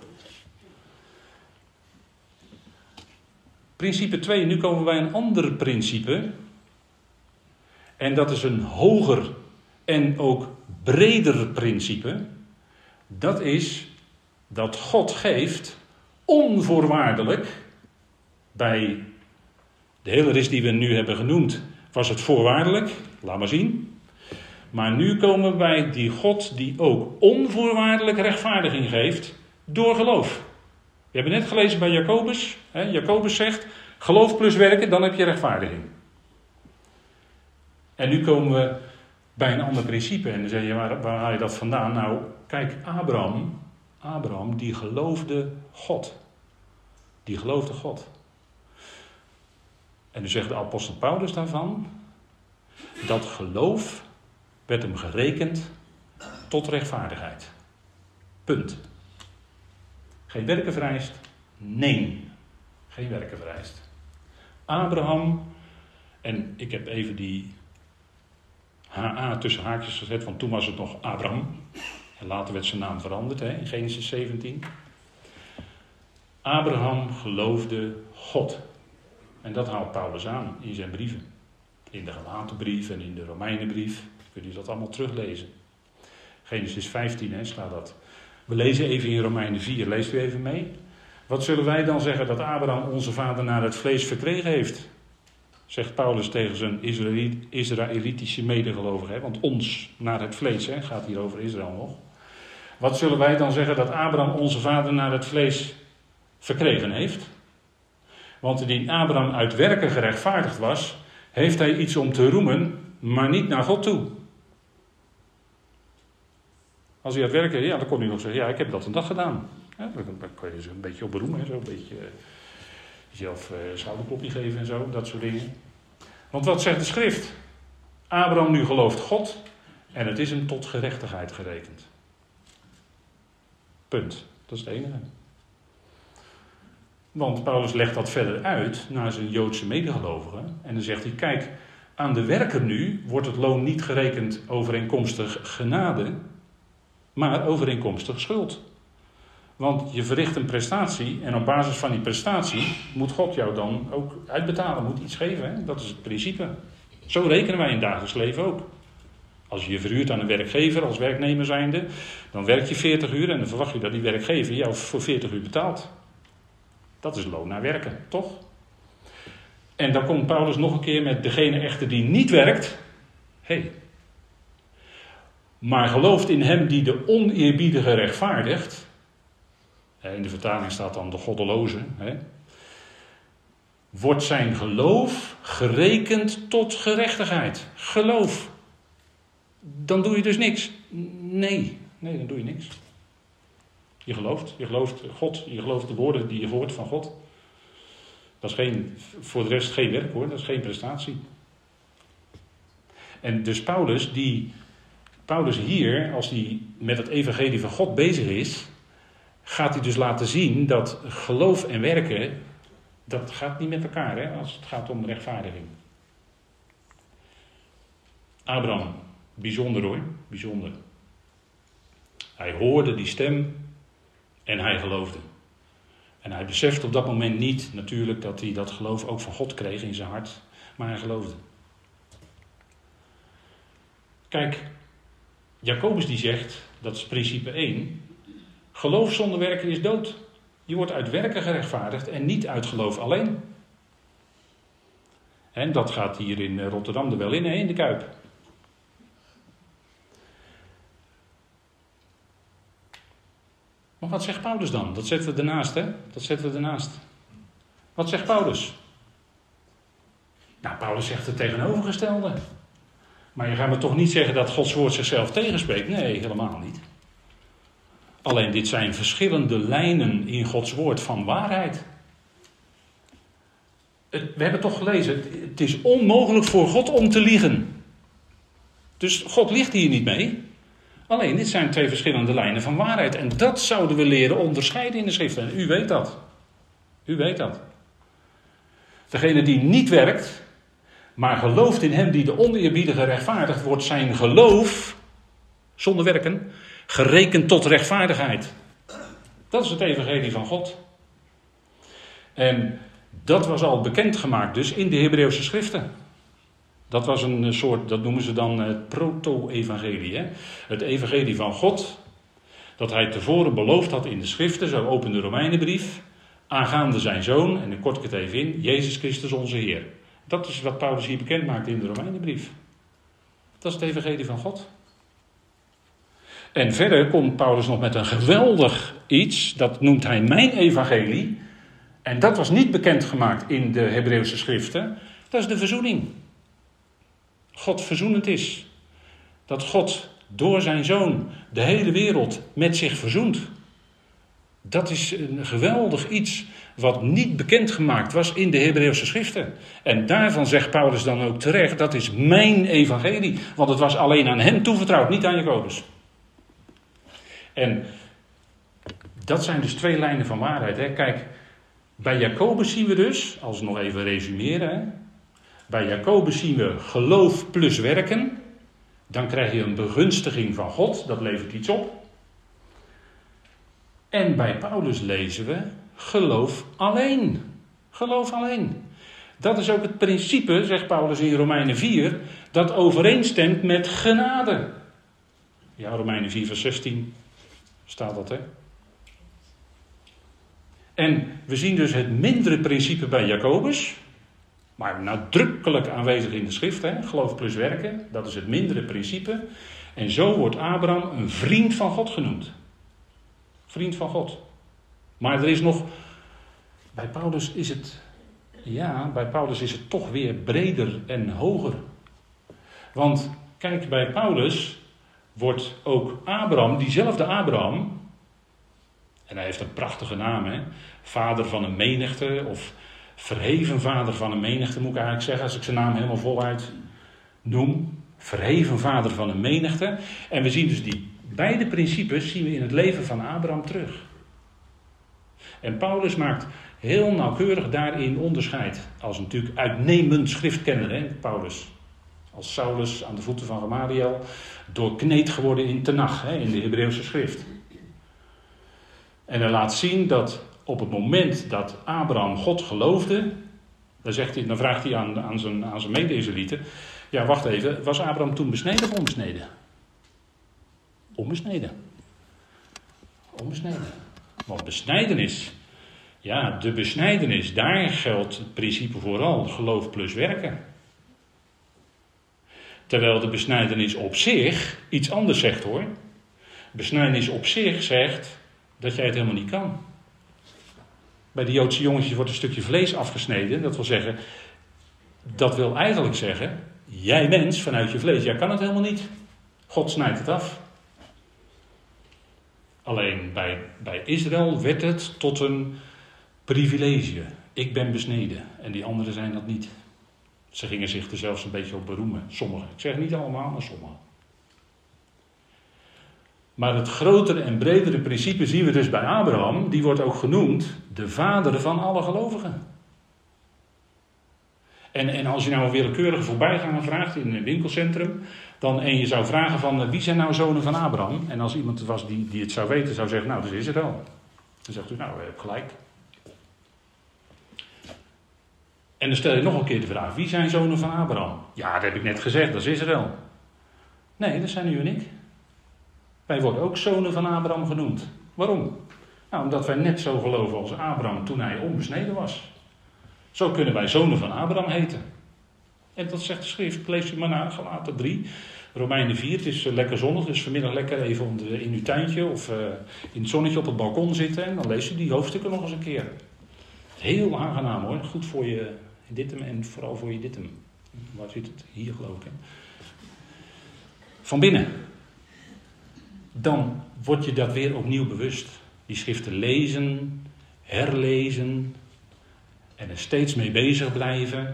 Principe twee, nu komen we bij een ander principe. En dat is een hoger en ook breder principe. Dat is dat God geeft onvoorwaardelijk. Bij de hele ris die we nu hebben genoemd was het voorwaardelijk. Laat maar zien. Maar nu komen we bij die God die ook onvoorwaardelijk rechtvaardiging geeft door geloof. We hebben net gelezen bij Jacobus. Hè, Jacobus zegt, geloof plus werken, dan heb je rechtvaardiging. En nu komen we bij een ander principe. En dan zeg je, waar, waar haal je dat vandaan? Nou, kijk, Abraham, Abraham die geloofde God. Die geloofde God. En nu zegt de apostel Paulus daarvan, dat geloof werd hem gerekend tot rechtvaardigheid. Punt. Geen werken vereist? Nee. Geen werken vereist. Abraham, en ik heb even die H A tussen haakjes gezet, want toen was het nog Abraham. En later werd zijn naam veranderd, hè, in Genesis zeventien. Abraham geloofde God. En dat haalt Paulus aan in zijn brieven. In de Galatenbrief en in de Romeinenbrief. Kun je dat allemaal teruglezen. Genesis vijftien, hè, staat dat. We lezen even in Romeinen vier. Leest u even mee. Wat zullen wij dan zeggen dat Abraham onze vader naar het vlees verkregen heeft? Zegt Paulus tegen zijn Israëlitische medegelovigen. Hè? Want ons naar het vlees, hè, gaat hier over Israël nog. Wat zullen wij dan zeggen dat Abraham onze vader naar het vlees verkregen heeft? Want indien Abraham uit werken gerechtvaardigd was, heeft hij iets om te roemen, maar niet naar God toe. Als hij uit werken, ja, dan kon hij nog zeggen, ja, ik heb dat en dat gedaan. Ja, dan kan je ze een beetje op beroemen, hè, zo een beetje uh, jezelf uh, schouderklopje geven en zo, dat soort dingen. Want wat zegt de schrift? Abraham nu gelooft God en het is hem tot gerechtigheid gerekend. Punt. Dat is het enige. Want Paulus legt dat verder uit naar zijn Joodse medegelovigen. En dan zegt hij, kijk, aan de werker nu wordt het loon niet gerekend overeenkomstig genade, maar overeenkomstig schuld. Want je verricht een prestatie en op basis van die prestatie moet God jou dan ook uitbetalen, moet iets geven. Hè? Dat is het principe. Zo rekenen wij in het dagelijks leven ook. Als je je verhuurt aan een werkgever als werknemer zijnde, dan werk je veertig uur en dan verwacht je dat die werkgever jou voor veertig uur betaalt. Dat is loon naar werken, toch? En dan komt Paulus nog een keer met degene echter die niet werkt. Hé. Hey, maar gelooft in hem die de oneerbiedige rechtvaardigt. In de vertaling staat dan de goddeloze. Hè, wordt zijn geloof gerekend tot gerechtigheid. Geloof. Dan doe je dus niks. Nee, nee, dan doe je niks. Je gelooft, je gelooft God, je gelooft de woorden die je hoort van God. Dat is geen, voor de rest geen werk hoor, dat is geen prestatie. En dus Paulus, die, Paulus hier, als hij met het evangelie van God bezig is, gaat hij dus laten zien dat geloof en werken, dat gaat niet met elkaar hè, als het gaat om rechtvaardiging. Abraham, bijzonder hoor, bijzonder. Hij hoorde die stem en hij geloofde. En hij besefte op dat moment niet natuurlijk dat hij dat geloof ook van God kreeg in zijn hart, maar hij geloofde. Kijk, Jacobus die zegt, dat is principe één, geloof zonder werken is dood. Je wordt uit werken gerechtvaardigd en niet uit geloof alleen. En dat gaat hier in Rotterdam er wel in, hè, in de Kuip. Maar wat zegt Paulus dan? Dat zetten we ernaast, hè? Dat zetten we ernaast. Wat zegt Paulus? Nou, Paulus zegt het tegenovergestelde. Maar je gaat me toch niet zeggen dat Gods woord zichzelf tegenspreekt? Nee, helemaal niet. Alleen dit zijn verschillende lijnen in Gods woord van waarheid. Het, we hebben toch gelezen, het, het is onmogelijk voor God om te liegen. Dus God liegt hier niet mee. Alleen dit zijn twee verschillende lijnen van waarheid. En dat zouden we leren onderscheiden in de schrift. En u weet dat. U weet dat. Degene die niet werkt, maar gelooft in hem die de oneerbiedige rechtvaardigt, wordt zijn geloof, zonder werken, gerekend tot rechtvaardigheid. Dat is het evangelie van God. En dat was al bekendgemaakt dus in de Hebreeuwse schriften. Dat was een soort, dat noemen ze dan het proto-evangelie. Hè? Het evangelie van God, dat hij tevoren beloofd had in de schriften, zo opent de Romeinenbrief, aangaande zijn zoon, en ik kort ik het even in, Jezus Christus onze Heer. Dat is wat Paulus hier bekend maakt in de Romeinenbrief. Dat is het evangelie van God. En verder komt Paulus nog met een geweldig iets, dat noemt hij mijn evangelie. En dat was niet bekendgemaakt in de Hebreeuwse schriften. Dat is de verzoening. God verzoenend is. Dat God door zijn zoon de hele wereld met zich verzoent. Dat is een geweldig iets wat niet bekendgemaakt was in de Hebreeuwse schriften. En daarvan zegt Paulus dan ook terecht, dat is mijn evangelie. Want het was alleen aan hem toevertrouwd, niet aan Jacobus. En dat zijn dus twee lijnen van waarheid. Hè. Kijk, bij Jacobus zien we dus, als we nog even resumeren. Hè, bij Jacobus zien we geloof plus werken. Dan krijg je een begunstiging van God, dat levert iets op. En bij Paulus lezen we geloof alleen. Geloof alleen. Dat is ook het principe, zegt Paulus in Romeinen vier, dat overeenstemt met genade. Ja, Romeinen vier vers zestien staat dat, hè. En we zien dus het mindere principe bij Jacobus, maar nadrukkelijk aanwezig in de schrift, hè? Geloof plus werken, dat is het mindere principe. En zo wordt Abraham een vriend van God genoemd. Vriend van God. Maar er is nog, bij Paulus is het, ja, bij Paulus is het toch weer breder en hoger. Want kijk, bij Paulus wordt ook Abraham, diezelfde Abraham, en hij heeft een prachtige naam, hè, vader van een menigte, of verheven vader van een menigte, moet ik eigenlijk zeggen, als ik zijn naam helemaal voluit noem. Verheven vader van een menigte. En we zien dus die beide principes zien we in het leven van Abraham terug. En Paulus maakt heel nauwkeurig daarin onderscheid. Als natuurlijk uitnemend schriftkenner, hè, Paulus. Als Saulus aan de voeten van Gamaliel doorkneed geworden in Tenach, hè, in de Hebreeuwse schrift. En hij laat zien dat op het moment dat Abraham God geloofde, dan, zegt hij, dan vraagt hij aan, aan zijn, aan zijn mede-Israëlieten, ja wacht even, was Abraham toen besneden of onbesneden? Onbesneden. Onbesneden. Want besnijdenis, ja, de besnijdenis, daar geldt het principe vooral geloof plus werken. Terwijl de besnijdenis op zich iets anders zegt hoor. Besnijdenis op zich zegt dat jij het helemaal niet kan. Bij de Joodse jongetjes wordt een stukje vlees afgesneden. Dat wil zeggen, dat wil eigenlijk zeggen, jij mens vanuit je vlees, jij kan het helemaal niet. God snijdt het af. Alleen bij, bij Israël werd het tot een privilege. Ik ben besneden en die anderen zijn dat niet. Ze gingen zich er zelfs een beetje op beroemen. Sommigen. Ik zeg niet allemaal, maar sommigen. Maar het grotere en bredere principe zien we dus bij Abraham. Die wordt ook genoemd de vader van alle gelovigen. En, en als je nou een willekeurige voorbijganger vraagt in een winkelcentrum. Dan, en je zou vragen van wie zijn nou zonen van Abraham? En als iemand was die, die het zou weten, zou zeggen, nou dat is Israël. Dan zegt u, nou je hebt gelijk. En dan stel je nog een keer de vraag, wie zijn zonen van Abraham? Ja, dat heb ik net gezegd, dat is Israël. Nee, dat zijn u en ik. Wij worden ook zonen van Abraham genoemd. Waarom? Nou, omdat wij net zo geloven als Abraham toen hij onbesneden was. Zo kunnen wij zonen van Abraham heten. En dat zegt de schrift, lees u maar na, Galaten drie, Romeinen vier. Het is lekker zonnig, dus vanmiddag lekker even onder, in uw tuintje of uh, in het zonnetje op het balkon zitten. En dan leest u die hoofdstukken nog eens een keer. Heel aangenaam hoor, goed voor je dittem en vooral voor je dittem. Waar zit het? Hier geloof ik. Hè? Van binnen. Dan word je dat weer opnieuw bewust. Die schriften lezen, herlezen en er steeds mee bezig blijven.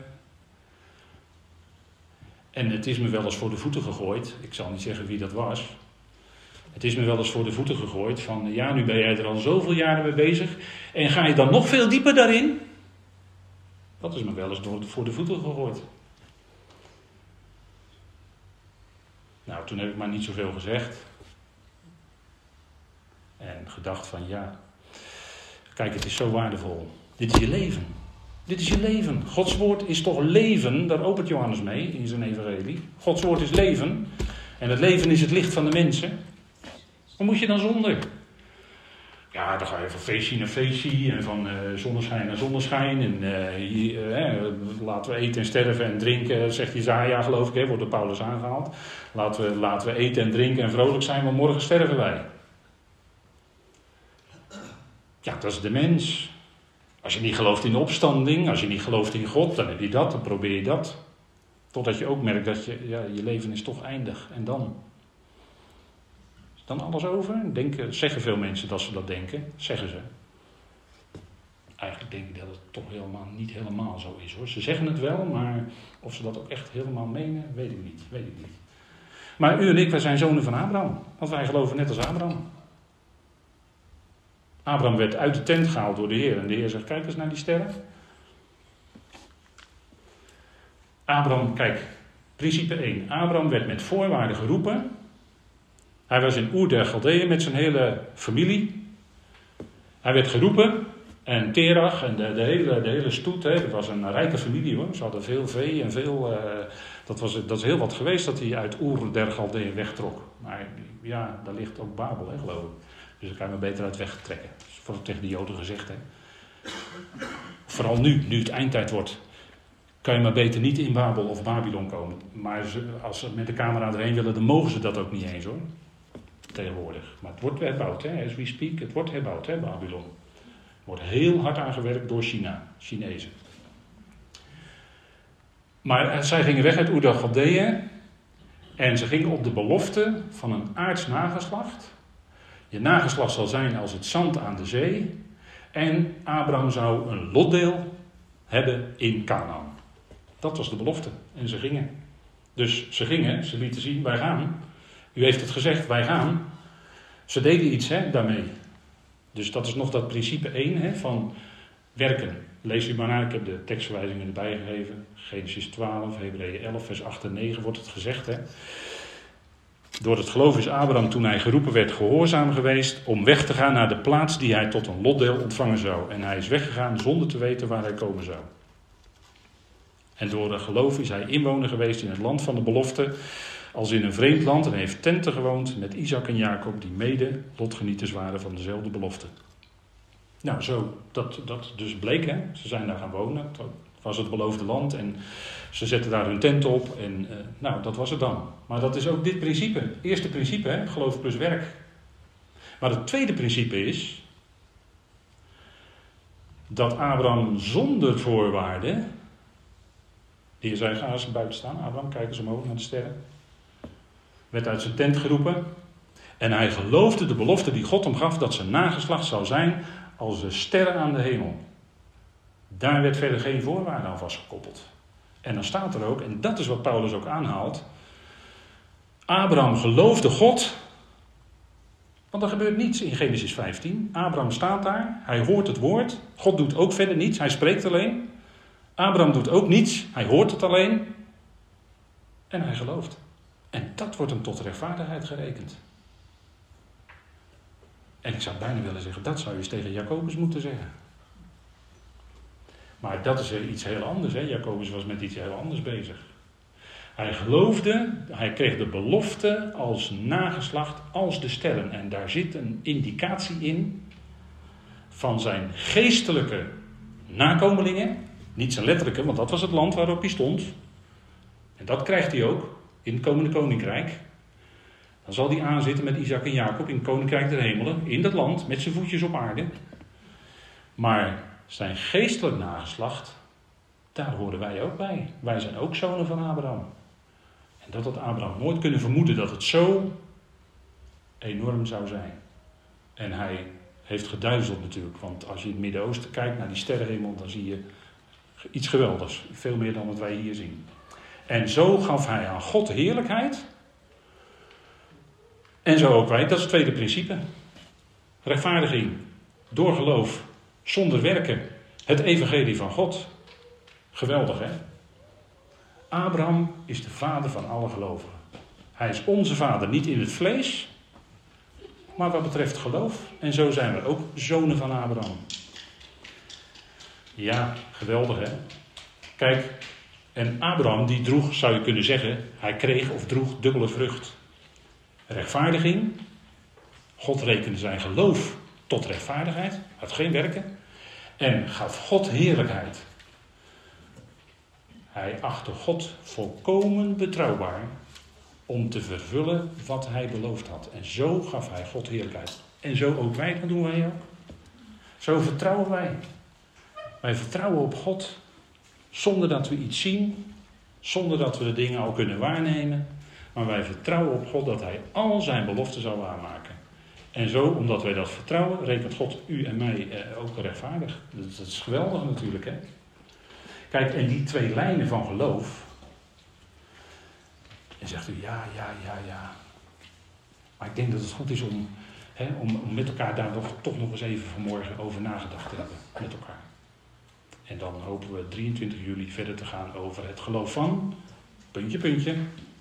En het is me wel eens voor de voeten gegooid. Ik zal niet zeggen wie dat was. Het is me wel eens voor de voeten gegooid van ja, nu ben jij er al zoveel jaren mee bezig. En ga je dan nog veel dieper daarin? Dat is me wel eens door, voor de voeten gegooid. Nou, toen heb ik maar niet zoveel gezegd. En gedacht van ja, kijk, het is zo waardevol. Dit is je leven. Dit is je leven. Gods woord is toch leven, daar opent Johannes mee in zijn evangelie. Gods woord is leven. En het leven is het licht van de mensen. Waar moet je dan zonder? Ja, dan ga je van feestje naar feestje en van uh, zonneschijn naar zonneschijn. En uh, hier, uh, laten we eten en sterven en drinken, zegt Jesaja geloof ik, hè, wordt door Paulus aangehaald. Laten we, laten we eten en drinken en vrolijk zijn, want morgen sterven wij. Ja, dat is de mens. Als je niet gelooft in de opstanding, als je niet gelooft in God, dan heb je dat, dan probeer je dat. Totdat je ook merkt dat je, ja, je leven is toch eindig. En dan? Is dan alles over? Denken, zeggen veel mensen dat ze dat denken? Zeggen ze. Eigenlijk denk ik dat het toch helemaal niet helemaal zo is hoor. Ze zeggen het wel, maar of ze dat ook echt helemaal menen, weet ik niet. Weet ik niet. Maar u en ik, wij zijn zonen van Abraham. Want wij geloven net als Abraham. Abraham werd uit de tent gehaald door de Heer. En de Heer zegt, kijk eens naar die sterren. Abraham, kijk, principe één. Abraham werd met voorwaarden geroepen. Hij was in Oer der Galdeeën met zijn hele familie. Hij werd geroepen. En Terach en de, de, hele, de hele stoet, hè, dat was een rijke familie hoor. Ze hadden veel vee en veel... Uh, dat, was, dat is heel wat geweest dat hij uit Oer der Galdeeën wegtrok. Maar ja, daar ligt ook Babel, hè, geloof ik. Dus dan kan je maar beter uit wegtrekken. Dat is vooral tegen de Joden gezegd. Hè. Vooral nu, nu het eindtijd wordt. Kan je maar beter niet in Babel of Babylon komen. Maar ze, als ze met de camera erheen willen, dan mogen ze dat ook niet eens hoor. Tegenwoordig. Maar het wordt herbouwd, hè, as we speak. Het wordt herbouwd, hè, Babylon. Er wordt heel hard aangewerkt door China, Chinezen. Maar zij gingen weg uit Oer der Galdeeën. En ze gingen op de belofte van een aards nageslacht. Je nageslacht zal zijn als het zand aan de zee. En Abraham zou een lotdeel hebben in Kanaan. Dat was de belofte. En ze gingen. Dus ze gingen, ze lieten zien, wij gaan. U heeft het gezegd, wij gaan. Ze deden iets hè, daarmee. Dus dat is nog dat principe één hè, van werken. Lees u maar na, ik heb de tekstverwijzingen erbij gegeven. Genesis twaalf, Hebreeën elf, vers acht en negen wordt het gezegd. Hè. Door het geloof is Abraham toen hij geroepen werd gehoorzaam geweest om weg te gaan naar de plaats die hij tot een lotdeel ontvangen zou. En hij is weggegaan zonder te weten waar hij komen zou. En door het geloof is hij inwoner geweest in het land van de belofte, als in een vreemd land, en heeft tenten gewoond met Isaac en Jacob, die mede lotgenieters waren van dezelfde belofte. Nou, zo, dat, dat dus bleek, hè. Ze zijn daar gaan wonen, dat was het beloofde land, en ze zetten daar hun tent op, en uh, nou, dat was het dan. Maar dat is ook dit principe, het eerste principe, hè, geloof plus werk. Maar het tweede principe is, dat Abraham zonder voorwaarden, de Heer zei, ga eens buiten staan, Abraham, kijk eens omhoog naar de sterren. Werd uit zijn tent geroepen. En hij geloofde de belofte die God hem gaf, dat zijn nageslacht zou zijn als de sterren aan de hemel. Daar werd verder geen voorwaarde aan vastgekoppeld. En dan staat er ook, en dat is wat Paulus ook aanhaalt. Abraham geloofde God. Want er gebeurt niets in Genesis vijftien. Abraham staat daar, hij hoort het woord. God doet ook verder niets, hij spreekt alleen. Abraham doet ook niets, hij hoort het alleen. En hij gelooft. En dat wordt hem tot rechtvaardigheid gerekend. En ik zou bijna willen zeggen, dat zou je eens tegen Jacobus moeten zeggen. Maar dat is iets heel anders. Hè? Jacobus was met iets heel anders bezig. Hij geloofde, hij kreeg de belofte als nageslacht, als de sterren. En daar zit een indicatie in van zijn geestelijke nakomelingen. Niet zijn letterlijke, want dat was het land waarop hij stond. En dat krijgt hij ook in het komende koninkrijk. Dan zal hij aanzitten met Isaac en Jacob in het koninkrijk der hemelen. In dat land, met zijn voetjes op aarde. Maar zijn geestelijk nageslacht, daar horen wij ook bij. Wij zijn ook zonen van Abraham. En dat had Abraham nooit kunnen vermoeden dat het zo enorm zou zijn. En hij heeft geduizeld natuurlijk. Want als je in het Midden-Oosten kijkt naar die sterrenhemel, dan zie je iets geweldigs. Veel meer dan wat wij hier zien. En zo gaf hij aan God heerlijkheid. En zo ook wij. Dat is het tweede principe. Rechtvaardiging door geloof, zonder werken. Het evangelie van God. Geweldig, hè? Abraham is de vader van alle gelovigen. Hij is onze vader, niet in het vlees, maar wat betreft geloof. En zo zijn we ook zonen van Abraham. Ja, geweldig, hè? Kijk, en Abraham die droeg, zou je kunnen zeggen, hij kreeg of droeg dubbele vrucht. Rechtvaardiging. God rekende zijn geloof tot rechtvaardigheid. Had geen werken. En gaf God heerlijkheid. Hij achtte God volkomen betrouwbaar om te vervullen wat hij beloofd had. En zo gaf hij God heerlijkheid. En zo ook wij, dat doen wij ook. Zo vertrouwen wij. Wij vertrouwen op God. Zonder dat we iets zien. Zonder dat we de dingen al kunnen waarnemen. Maar wij vertrouwen op God dat hij al zijn beloften zal waarmaken. En zo, omdat wij dat vertrouwen, rekent God u en mij eh, ook rechtvaardig. Dat, dat is geweldig natuurlijk, hè. Kijk, en die twee lijnen van geloof. En zegt u, ja, ja, ja, ja. Maar ik denk dat het goed is om, hè, om, om met elkaar daar nog, toch nog eens even vanmorgen over nagedacht te hebben. Met elkaar. En dan hopen we drieëntwintig juli verder te gaan over het geloof van, puntje, puntje,